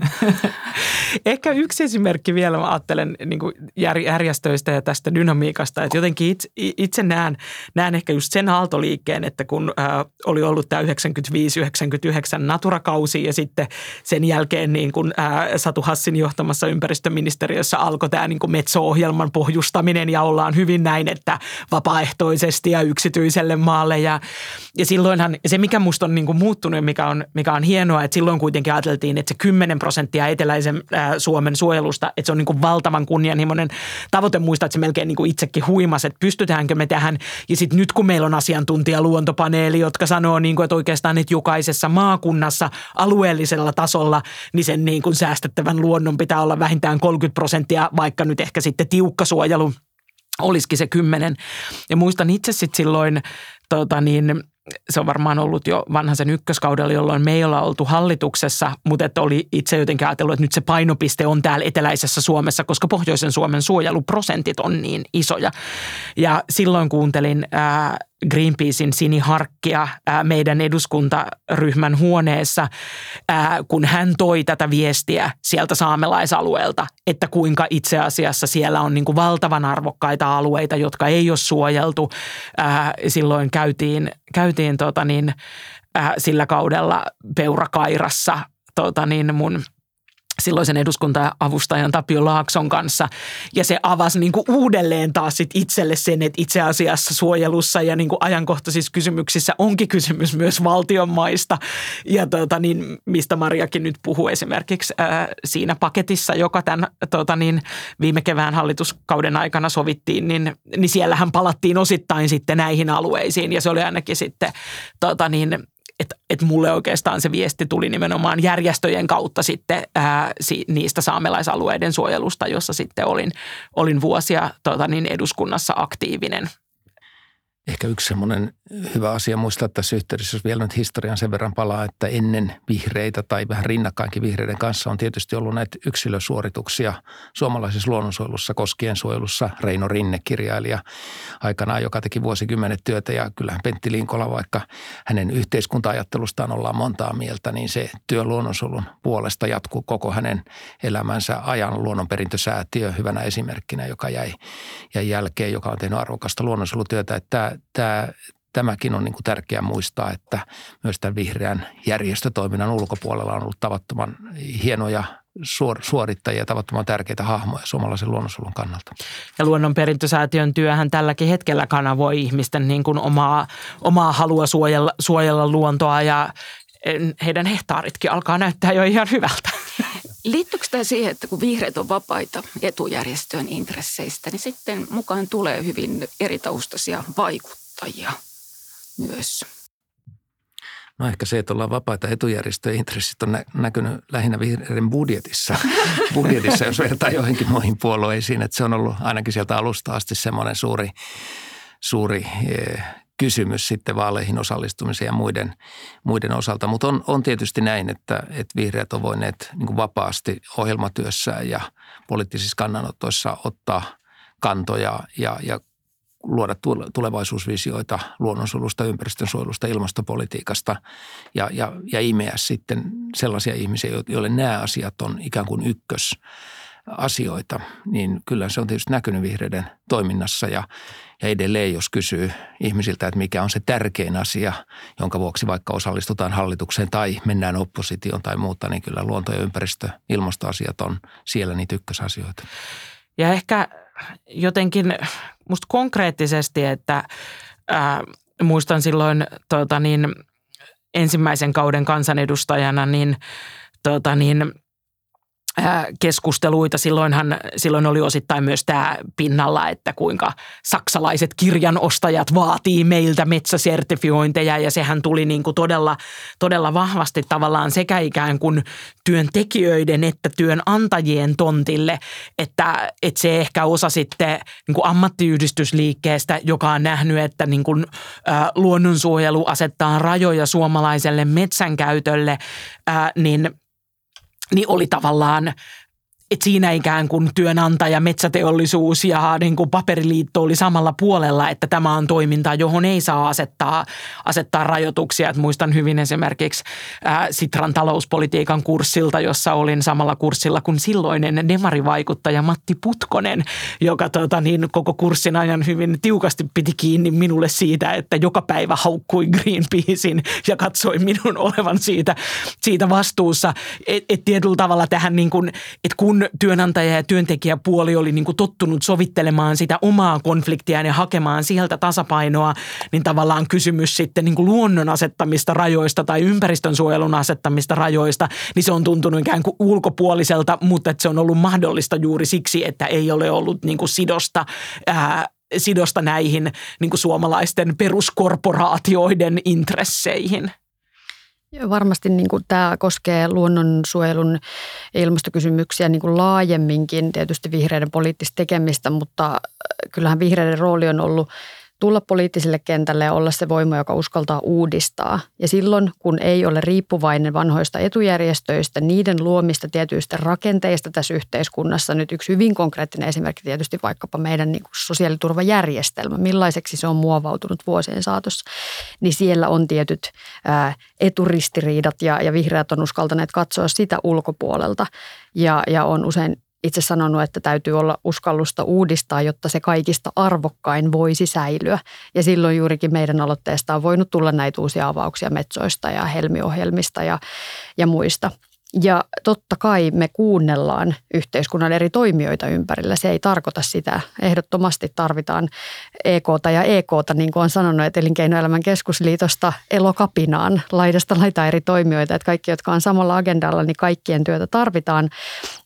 Ehkä yksi esimerkki vielä, mä ajattelen niin kuin järjestöistä ja tästä dynamiikasta, että jotenkin itse, itse näen, näen ehkä just sen aaltoliikkeen, että kun äh, oli ollut tämä yhdeksänkymmentäviisi yhdeksänkymmentäyhdeksän Natura-kausi ja sitten sen jälkeen niin kuin äh, Satu Hassin johtamassa ympäristöministeriössä alkoi tämä niin kuin Metso-ohjelman pohjustaminen ja ollaan hyvin näin, että vapaaehtoisesti ja yksityiselle maalle ja, ja silloinhan se, mikä musta on niin kuin muuttunut, mikä on, mikä on hienoa, että silloin kuitenkin ajateltiin, että se kymmenen prosenttia eteläisen Suomen suojelusta, että se on niin kuin valtavan kunnianhimoinen tavoite. Muistaa, että se melkein niin kuin itsekin huimas, että pystytäänkö me tähän. Ja sitten nyt kun meillä on asiantuntijaluontopaneeli, jotka sanoo, niin kuin, että oikeastaan että jokaisessa maakunnassa alueellisella tasolla, niin sen niin kuin säästettävän luonnon pitää olla vähintään kolmekymmentä prosenttia, vaikka nyt ehkä sitten tiukka suojelu olisikin se kymmenen. Ja muistan itse sitten silloin, tota niin, se on varmaan ollut jo Vanhasen ykköskaudella, jolloin me ei olla oltu hallituksessa, mutta että oli itse jotenkin ajatellut, että nyt se painopiste on täällä eteläisessä Suomessa, koska pohjoisen Suomen suojeluprosentit on niin isoja. Ja silloin kuuntelin ää, Greenpeacein Sini Harkkia ää, meidän eduskuntaryhmän huoneessa, ää, kun hän toi tätä viestiä sieltä saamelaisalueelta, että kuinka itse asiassa siellä on niin kuin valtavan arvokkaita alueita, jotka ei ole suojeltu. Ää, silloin käytiin, käytiin tota niin, ää, sillä kaudella Peurakairassa tota niin mun silloisen eduskunta-avustajan Tapio Laakson kanssa. Ja se avasi niin kuin uudelleen taas sit itselle sen, että itse asiassa suojelussa ja niin kuin ajankohtaisissa kysymyksissä onkin kysymys myös valtion maista. Ja tota niin, mistä Mariakin nyt puhuu esimerkiksi ää, siinä paketissa, joka tämän tota niin, viime kevään hallituskauden aikana sovittiin, niin, niin siellähän palattiin osittain sitten näihin alueisiin. Ja se oli ainakin sitten tota niin, että et mulle oikeastaan se viesti tuli nimenomaan järjestöjen kautta sitten ää, si, niistä saamelaisalueiden suojelusta, jossa sitten olin, olin vuosia tota niin, eduskunnassa aktiivinen. Ehkä yksi semmoinen hyvä asia muistaa tässä yhteydessä, jos vielä nyt historian sen verran palaa, että ennen vihreitä tai vähän rinnakkainkin vihreiden kanssa on tietysti ollut näitä yksilösuorituksia suomalaisessa luonnonsuojelussa, koskien suojelussa. Reino Rinne, kirjailija aikanaan, joka teki vuosikymmenet työtä, ja kyllähän Pentti Linkola, vaikka hänen yhteiskunta-ajattelustaan ollaan montaa mieltä, niin se työ luonnonsuojelun puolesta jatkuu koko hänen elämänsä ajan. Luonnonperintösäätiö hyvänä esimerkkinä, joka jäi, jäi jälkeen, joka on tehnyt arvokasta luonnonsuojelutyötä, että Tämä, tämäkin on niin kuin tärkeää muistaa, että myös tämän vihreän järjestötoiminnan ulkopuolella on ollut tavattoman hienoja suor, suorittajia, tavattoman tärkeitä hahmoja suomalaisen luonnonsuojelun kannalta. Ja Luonnonperintösäätiön työhän tälläkin hetkellä kanavoi ihmisten niin kuin omaa, omaa halua suojella, suojella luontoa, ja heidän hehtaaritkin alkaa näyttää jo ihan hyvältä. Liittyykö tämä siihen, että kun vihreät on vapaita etujärjestöjen intresseistä, niin sitten mukaan tulee hyvin eri taustaisia vaikuttajia myös? No ehkä se, että ollaan vapaita etujärjestöjen intressit on nä- näkynyt lähinnä vihreiden budjetissa. budjetissa, jos vertaa johonkin muihin puolueisiin, että se on ollut ainakin sieltä alusta asti semmoinen suuri, suuri eh, kysymys sitten vaaleihin osallistumisen ja muiden, muiden osalta. Mutta on, on tietysti näin, että, että vihreät on voineet niin kuin vapaasti ohjelmatyössään ja poliittisissa kannanotoissa ottaa kantoja ja, ja luoda tulevaisuusvisioita luonnonsuojelusta, ympäristönsuojelusta, ilmastopolitiikasta ja, ja, ja imeä sitten sellaisia ihmisiä, joille nämä asiat on ikään kuin ykkösasioita. Niin kyllä se on tietysti näkynyt vihreiden toiminnassa ja Ja edelleen, jos kysyy ihmisiltä, että mikä on se tärkein asia, jonka vuoksi vaikka osallistutaan hallitukseen tai mennään oppositioon tai muuta, niin kyllä luonto- ja ympäristö- ilmastoasiat on siellä niitä ykkösasioita. Ja ehkä jotenkin musta konkreettisesti, että ää, muistan silloin tota niin, ensimmäisen kauden kansanedustajana, niin, tota niin keskusteluita. Silloinhan, silloin oli osittain myös tämä pinnalla, että kuinka saksalaiset kirjanostajat vaatii meiltä metsäsertifiointeja, ja sehän tuli niin kuin todella, todella vahvasti tavallaan sekä ikään kuin työntekijöiden että työnantajien tontille, että, että se ehkä osa sitten niin kuin ammattiyhdistysliikkeestä, joka on nähnyt, että niin kuin, ä, luonnonsuojelu asettaa rajoja suomalaiselle metsänkäytölle, ä, niin niin oli tavallaan, että siinä ikään kuin työnantaja, metsäteollisuus ja niin kuin paperiliitto oli samalla puolella, että tämä on toimintaa, johon ei saa asettaa, asettaa rajoituksia. Et muistan hyvin esimerkiksi ää, Sitran talouspolitiikan kurssilta, jossa olin samalla kurssilla kuin silloinen demarivaikuttaja Matti Putkonen, joka tota, niin, koko kurssin ajan hyvin tiukasti piti kiinni minulle siitä, että joka päivä haukkui Greenpeacein ja katsoi minun olevan siitä, siitä vastuussa. Et, et tietyllä tavalla tähän niin kuin, että kun työnantaja- ja työntekijäpuoli oli niin kuin tottunut sovittelemaan sitä omaa konfliktiaan ja hakemaan sieltä tasapainoa, niin tavallaan kysymys sitten niin kuin luonnon asettamista rajoista tai ympäristönsuojelun asettamista rajoista, niin se on tuntunut ikään kuin ulkopuoliselta, mutta että se on ollut mahdollista juuri siksi, että ei ole ollut niin kuin sidosta ää, sidosta näihin niin kuin suomalaisten peruskorporaatioiden intresseihin. Varmasti niin kuin tämä koskee luonnonsuojelun ja ilmastokysymyksiä niin kuin laajemminkin, tietysti vihreiden poliittista tekemistä, mutta kyllähän vihreiden rooli on ollut tulla poliittiselle kentälle ja olla se voima, joka uskaltaa uudistaa. Ja silloin, kun ei ole riippuvainen vanhoista etujärjestöistä, niiden luomista tietyistä rakenteista tässä yhteiskunnassa, nyt yksi hyvin konkreettinen esimerkki tietysti vaikkapa meidän niin kuin sosiaaliturvajärjestelmä, millaiseksi se on muovautunut vuosien saatossa, niin siellä on tietyt ää, eturistiriidat ja, ja vihreät on uskaltaneet katsoa sitä ulkopuolelta ja, ja on usein itse sanonut, että täytyy olla uskallusta uudistaa, jotta se kaikista arvokkain voisi säilyä. Ja silloin juurikin meidän aloitteesta on voinut tulla näitä uusia avauksia metsoista ja helmiohjelmista ja, ja muista. Ja totta kai me kuunnellaan yhteiskunnan eri toimijoita ympärillä. Se ei tarkoita sitä. Ehdottomasti tarvitaan E K:ta ja E K:ta, niin kuin on sanonut, että Elinkeinoelämän keskusliitosta Elokapinaan laidasta laitaan eri toimijoita. Että kaikki, jotka on samalla agendalla, niin kaikkien työtä tarvitaan.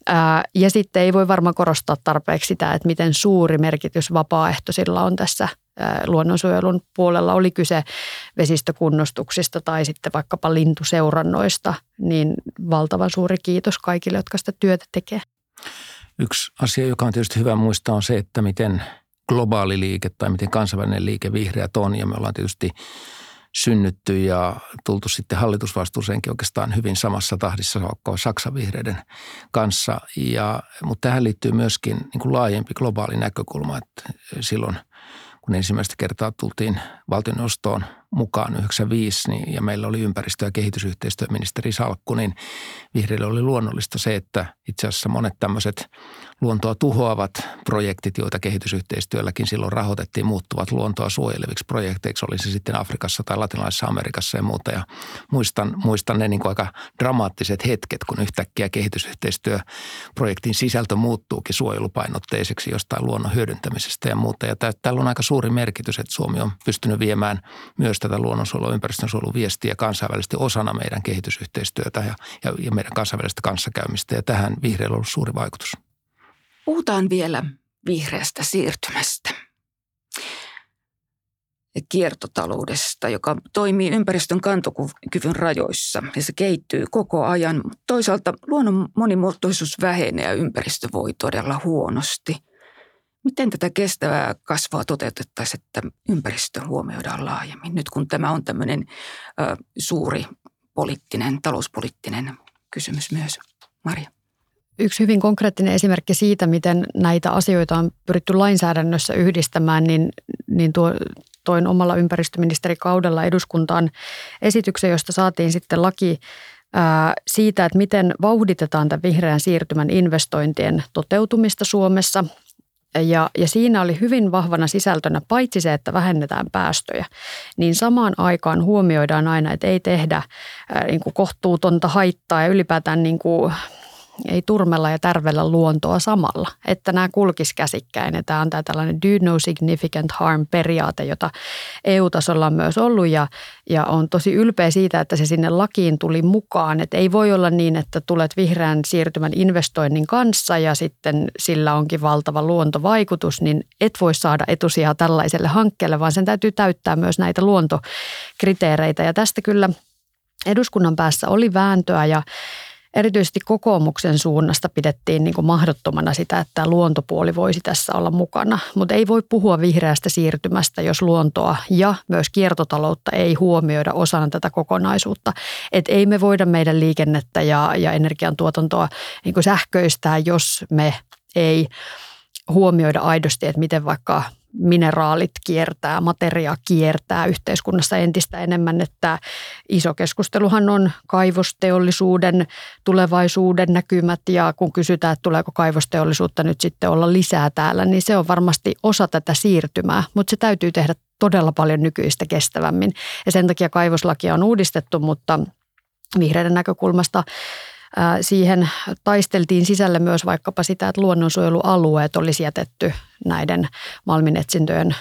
Ja sitten ei voi varmaan korostaa tarpeeksi sitä, että miten suuri merkitys vapaaehtoisilla on tässä luonnonsuojelun puolella, oli kyse vesistökunnostuksista tai sitten vaikkapa lintuseurannoista, niin valtavan suuri kiitos kaikille, jotka sitä työtä tekee. Yksi asia, joka on tietysti hyvä muistaa, on se, että miten globaali liike tai miten kansainvälinen liike vihreät on. Ja me ollaan tietysti synnytty ja tultu sitten hallitusvastuuseenkin oikeastaan hyvin samassa tahdissa Saksan vihreiden kanssa. Ja, mutta tähän liittyy myöskin niin kuin laajempi globaali näkökulma, että silloin kun ensimmäistä kertaa tultiin valtioneuvostoon mukaan yhdeksänkymmentäviisi niin, ja meillä oli ympäristö- ja kehitysyhteistyöministeri salkku, niin vihreille oli luonnollista se, että itse asiassa monet tämmöiset luontoa tuhoavat projektit, joita kehitysyhteistyölläkin silloin rahoitettiin, muuttuvat luontoa suojeleviksi projekteiksi, oli se sitten Afrikassa tai Latinalaisessa Amerikassa ja muuta. Ja muistan, muistan ne niin kuin aika dramaattiset hetket, kun yhtäkkiä kehitysyhteistyöprojektin sisältö muuttuukin suojelupainotteiseksi jostain luonnon hyödyntämisestä ja muuta. Ja tällä on aika suuri merkitys, että Suomi on pystynyt viemään myös tätä luonnonsuojelua, ympäristönsuojeluviestiä kansainvälisesti osana meidän kehitysyhteistyötä ja, ja, ja meidän kansainvälistä kanssakäymistä. Ja tähän vihreillä on ollut suuri vaikutus. Puhutaan vielä vihreästä siirtymästä. Kiertotaloudesta, joka toimii ympäristön kantokyvyn rajoissa ja se kehittyy koko ajan. Toisaalta luonnon monimuotoisuus vähenee ja ympäristö voi todella huonosti. Miten tätä kestävää kasvua toteutettaisiin, että ympäristö huomioidaan laajemmin, nyt kun tämä on tämmöinen ö, suuri poliittinen, talouspoliittinen kysymys myös? Maria. Yksi hyvin konkreettinen esimerkki siitä, miten näitä asioita on pyritty lainsäädännössä yhdistämään, niin, niin tuo, toin omalla ympäristöministerikaudella eduskuntaan esityksen, josta saatiin sitten laki ää, siitä, että miten vauhditetaan tämän vihreän siirtymän investointien toteutumista Suomessa. Ja, ja siinä oli hyvin vahvana sisältönä, paitsi se, että vähennetään päästöjä, niin samaan aikaan huomioidaan aina, että ei tehdä ää, niin kuin kohtuutonta haittaa ja ylipäätään niin kuin ei turmella ja tärvellä luontoa samalla, että nämä kulkis käsikkäin. Ja tämä on tämä tällainen do no significant harm -periaate, jota E U-tasolla on myös ollut ja, ja on tosi ylpeä siitä, että se sinne lakiin tuli mukaan. Että ei voi olla niin, että tulet vihreän siirtymän investoinnin kanssa ja sitten sillä onkin valtava luontovaikutus, niin et voi saada etusijaa tällaiselle hankkeelle, vaan sen täytyy täyttää myös näitä luontokriteereitä. Ja tästä kyllä eduskunnan päässä oli vääntöä ja erityisesti kokoomuksen suunnasta pidettiin niin kuin mahdottomana sitä, että tämä luontopuoli voisi tässä olla mukana. Mutta ei voi puhua vihreästä siirtymästä, jos luontoa ja myös kiertotaloutta ei huomioida osana tätä kokonaisuutta. Et ei me voida meidän liikennettä ja, ja energiantuotantoa niin kuin sähköistää, jos me ei huomioida aidosti, että miten vaikka mineraalit kiertää, materia kiertää yhteiskunnassa entistä enemmän, että iso keskusteluhan on kaivosteollisuuden tulevaisuuden näkymät ja kun kysytään, että tuleeko kaivosteollisuutta nyt sitten olla lisää täällä, niin se on varmasti osa tätä siirtymää, mutta se täytyy tehdä todella paljon nykyistä kestävämmin ja sen takia kaivoslakia on uudistettu, mutta vihreiden näkökulmasta siihen taisteltiin sisälle myös vaikkapa sitä, että luonnonsuojelualueet olisi jätetty näiden malminetsintöjen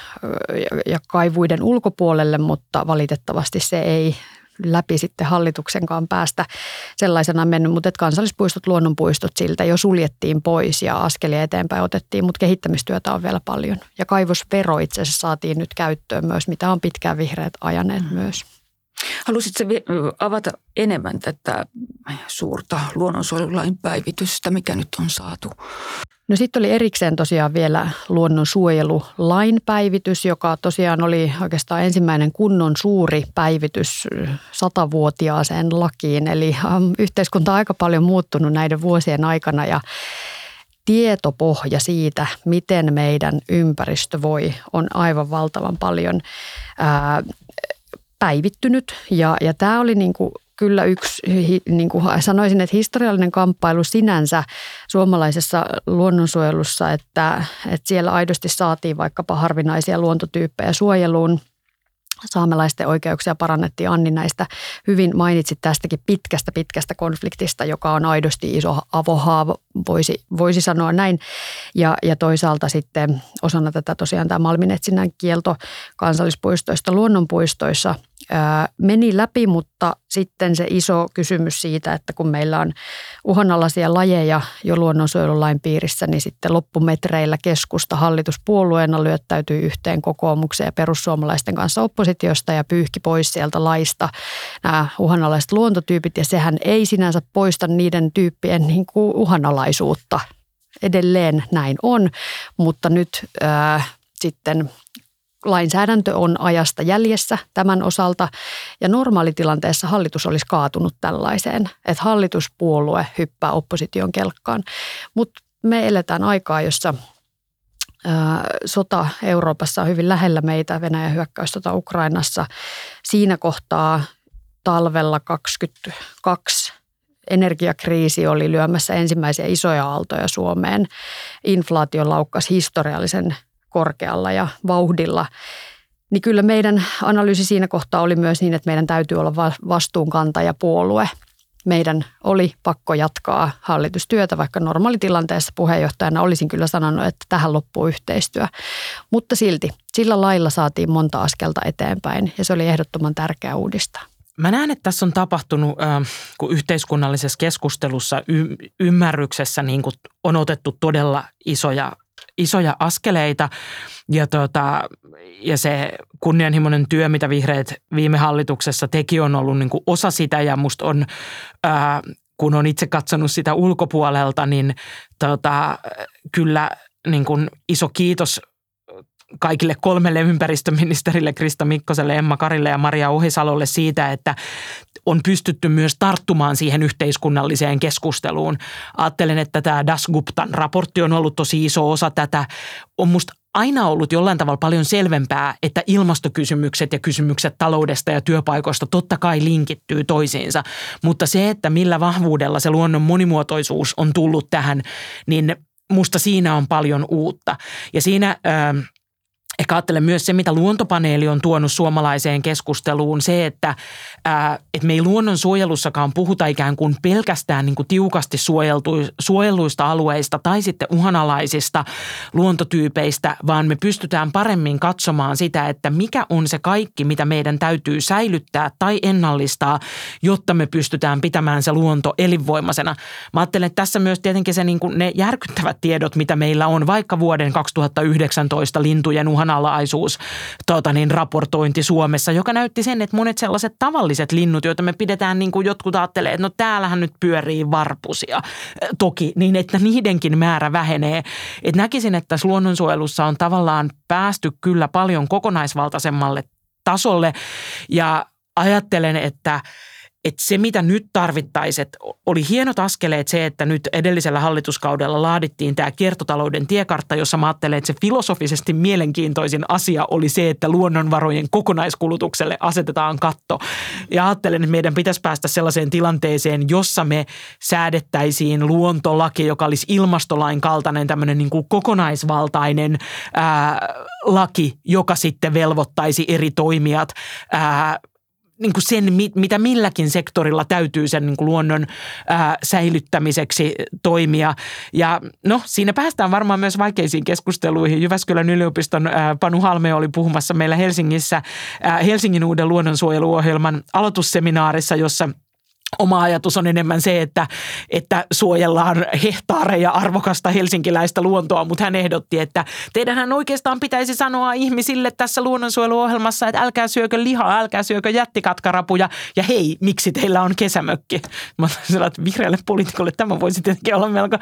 ja kaivuiden ulkopuolelle, mutta valitettavasti se ei läpi sitten hallituksenkaan päästä sellaisena mennyt, mutta kansallispuistot, luonnonpuistot siltä jo suljettiin pois ja askelia eteenpäin otettiin, mutta kehittämistyötä on vielä paljon. Ja kaivosvero itse asiassa saatiin nyt käyttöön myös, mitä on pitkään vihreät ajaneet mm. myös. Haluaisitko avata enemmän tätä suurta luonnonsuojelulain päivitystä, mikä nyt on saatu? No sitten oli erikseen tosiaan vielä luonnonsuojelulain päivitys, joka tosiaan oli oikeastaan ensimmäinen kunnon suuri päivitys satavuotiaaseen lakiin. Eli yhteiskunta on aika paljon muuttunut näiden vuosien aikana ja tietopohja siitä, miten meidän ympäristö voi, on aivan valtavan paljon ää, päivittynyt ja, ja tämä oli niin kuin kyllä yksi, niin kuin sanoisin, että historiallinen kamppailu sinänsä suomalaisessa luonnonsuojelussa, että, että siellä aidosti saatiin vaikkapa harvinaisia luontotyyppejä suojeluun. Saamelaisten oikeuksia parannettiin. Anni näistä hyvin mainitsit tästäkin pitkästä, pitkästä konfliktista, joka on aidosti iso avohaava, voisi, voisi sanoa näin. Ja, ja toisaalta sitten osana tätä tosiaan tämä malminetsinnän kielto kansallispuistoista, luonnonpuistoissa meni läpi, mutta sitten se iso kysymys siitä, että kun meillä on uhanalaisia lajeja jo luonnonsuojelulain piirissä, niin sitten loppumetreillä keskusta hallituspuolueena lyöttäytyi yhteen kokoomuksen ja perussuomalaisten kanssa oppositiosta ja pyyhki pois sieltä laista nämä uhanalaiset luontotyypit, ja sehän ei sinänsä poista niiden tyyppien niin kuin uhanalaisuutta. Edelleen näin on, mutta nyt ää, sitten lainsäädäntö on ajasta jäljessä tämän osalta, ja normaalitilanteessa hallitus olisi kaatunut tällaiseen, että hallituspuolue hyppää opposition kelkkaan. Mutta me eletään aikaa, jossa ää, sota Euroopassa on hyvin lähellä meitä, Venäjän hyökkäyssota Ukrainassa. Siinä kohtaa talvella kaksikymmentäkaksi energiakriisi oli lyömässä ensimmäisiä isoja aaltoja Suomeen. Inflaatio laukkasi historiallisen korkealla ja vauhdilla. Niin kyllä meidän analyysi siinä kohtaa oli myös niin, että meidän täytyy olla vastuunkantajapuolue. Meidän oli pakko jatkaa hallitustyötä, vaikka normaalitilanteessa puheenjohtajana olisin kyllä sanonut, että tähän loppuu yhteistyö. Mutta silti sillä lailla saatiin monta askelta eteenpäin ja se oli ehdottoman tärkeä uudistaa. Mä näen, että tässä on tapahtunut, äh, kun yhteiskunnallisessa keskustelussa, y- ymmärryksessä niin kuin on otettu todella isoja, isoja askeleita. Ja, tota, ja se kunnianhimoinen työ, mitä vihreät viime hallituksessa teki, on ollut niin kuin osa sitä. Ja musta on, äh, kun on itse katsonut sitä ulkopuolelta, niin tota, kyllä niin kuin iso kiitos kaikille kolmelle ympäristöministerille, Krista Mikkoselle, Emma Karille ja Maria Ohisalolle siitä, että on pystytty myös tarttumaan siihen yhteiskunnalliseen keskusteluun. Ajattelen, että tämä Dasguptan raportti on ollut tosi iso osa tätä. On musta aina ollut jollain tavalla paljon selvempää, että ilmastokysymykset ja kysymykset taloudesta ja työpaikoista totta kai linkittyy toisiinsa. Mutta se, että millä vahvuudella se luonnon monimuotoisuus on tullut tähän, niin musta siinä on paljon uutta. Ja siinä Äh, Ehkä ajattelen myös se, mitä luontopaneeli on tuonut suomalaiseen keskusteluun, se, että, ää, että me ei luonnonsuojelussakaan puhuta ikään kuin pelkästään niin kuin tiukasti suojeltu, suojelluista alueista tai sitten uhanalaisista luontotyypeistä, vaan me pystytään paremmin katsomaan sitä, että mikä on se kaikki, mitä meidän täytyy säilyttää tai ennallistaa, jotta me pystytään pitämään se luonto elinvoimaisena. Mä ajattelen, että tässä myös tietenkin se, niin kuin ne järkyttävät tiedot, mitä meillä on, vaikka vuoden kaksituhattayhdeksäntoista lintujen uhanalaisuus tuota niin, raportointi Suomessa, joka näytti sen, että monet sellaiset tavalliset linnut, joita me pidetään niin kuin jotkut ajattelee, että no täällähän nyt pyörii varpusia toki, niin että niidenkin määrä vähenee. Et näkisin, että tässä luonnonsuojelussa on tavallaan päästy kyllä paljon kokonaisvaltaisemmalle tasolle ja ajattelen, että Että se, mitä nyt tarvittaisiin, oli hienot askeleet se, että nyt edellisellä hallituskaudella laadittiin tämä kiertotalouden tiekartta, jossa mä ajattelen, että se filosofisesti mielenkiintoisin asia oli se, että luonnonvarojen kokonaiskulutukselle asetetaan katto. Ja ajattelen, että meidän pitäisi päästä sellaiseen tilanteeseen, jossa me säädettäisiin luontolaki, joka olisi ilmastolain kaltainen tämmöinen niin kuin kokonaisvaltainen ää, laki, joka sitten velvoittaisi eri toimijat ää, niin kuin sen, mitä milläkin sektorilla täytyy sen niin kuin luonnon ää, säilyttämiseksi toimia. Ja no, siinä päästään varmaan myös vaikeisiin keskusteluihin. Jyväskylän yliopiston ää, Panu Halme oli puhumassa meillä Helsingissä ää, Helsingin uuden luonnonsuojeluohjelman aloitusseminaarissa, jossa oma ajatus on enemmän se, että, että suojellaan hehtaareja arvokasta helsinkiläistä luontoa, mutta hän ehdotti, että teidänhän oikeastaan pitäisi sanoa ihmisille tässä luonnonsuojeluohjelmassa, että älkää syökö lihaa, älkää syökö jättikatkarapuja ja hei, miksi teillä on kesämökki? Mä sanoin, että vihreälle poliitikolle tämä voisi tietenkin olla melko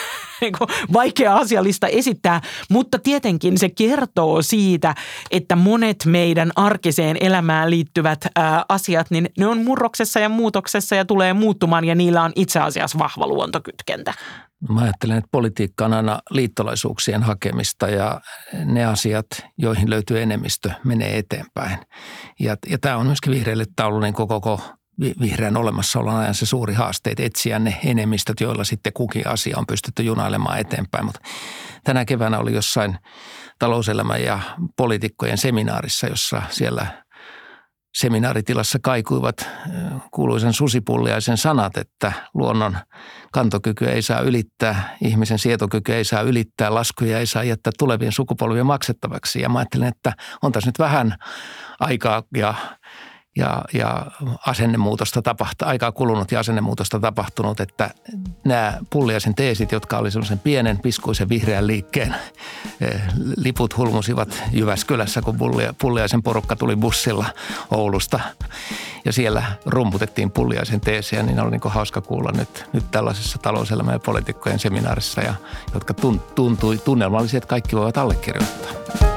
vaikea asialista esittää, mutta tietenkin se kertoo siitä, että monet meidän arkiseen elämään liittyvät ää, asiat, niin ne on murroksessa ja muutoksessa ja tulee muuttumaan ja niillä on itse asiassa vahva luontokytkentä. Mä ajattelen, että politiikka on aina liittolaisuuksien hakemista ja ne asiat, joihin löytyy enemmistö, menee eteenpäin. Ja, ja tämä on myöskin vihreille taulullinen koko, koko vihreän olemassaolon ajan se suuri haaste, että etsiä ne enemmistöt, joilla sitten kukin asia on pystytty junailemaan eteenpäin. Mutta tänä keväänä oli jossain talouselämän ja poliitikkojen seminaarissa, jossa siellä seminaaritilassa kaikuivat kuuluisen Susipulliaisen sanat, että luonnon kantokyky ei saa ylittää, ihmisen sietokyky ei saa ylittää, laskuja ei saa jättää tulevien sukupolvien maksettavaksi. Ja mä ajattelen, että on tässä nyt vähän aikaa ja ja, ja asennemuutosta tapahtunut, aikaa kulunut ja asennemuutosta tapahtunut, että nämä Pulliaisen teesit, jotka oli sellaisen pienen piskuisen vihreän liikkeen liput hulmusivat Jyväskylässä, kun Pulliaisen porukka tuli bussilla Oulusta ja siellä rumputettiin Pulliaisen teesejä, niin oli niin kuin hauska kuulla nyt, nyt tällaisessa talouselämän ja poliitikkojen seminaarissa, ja, jotka tuntui tunnelmallisia, että kaikki voivat allekirjoittaa.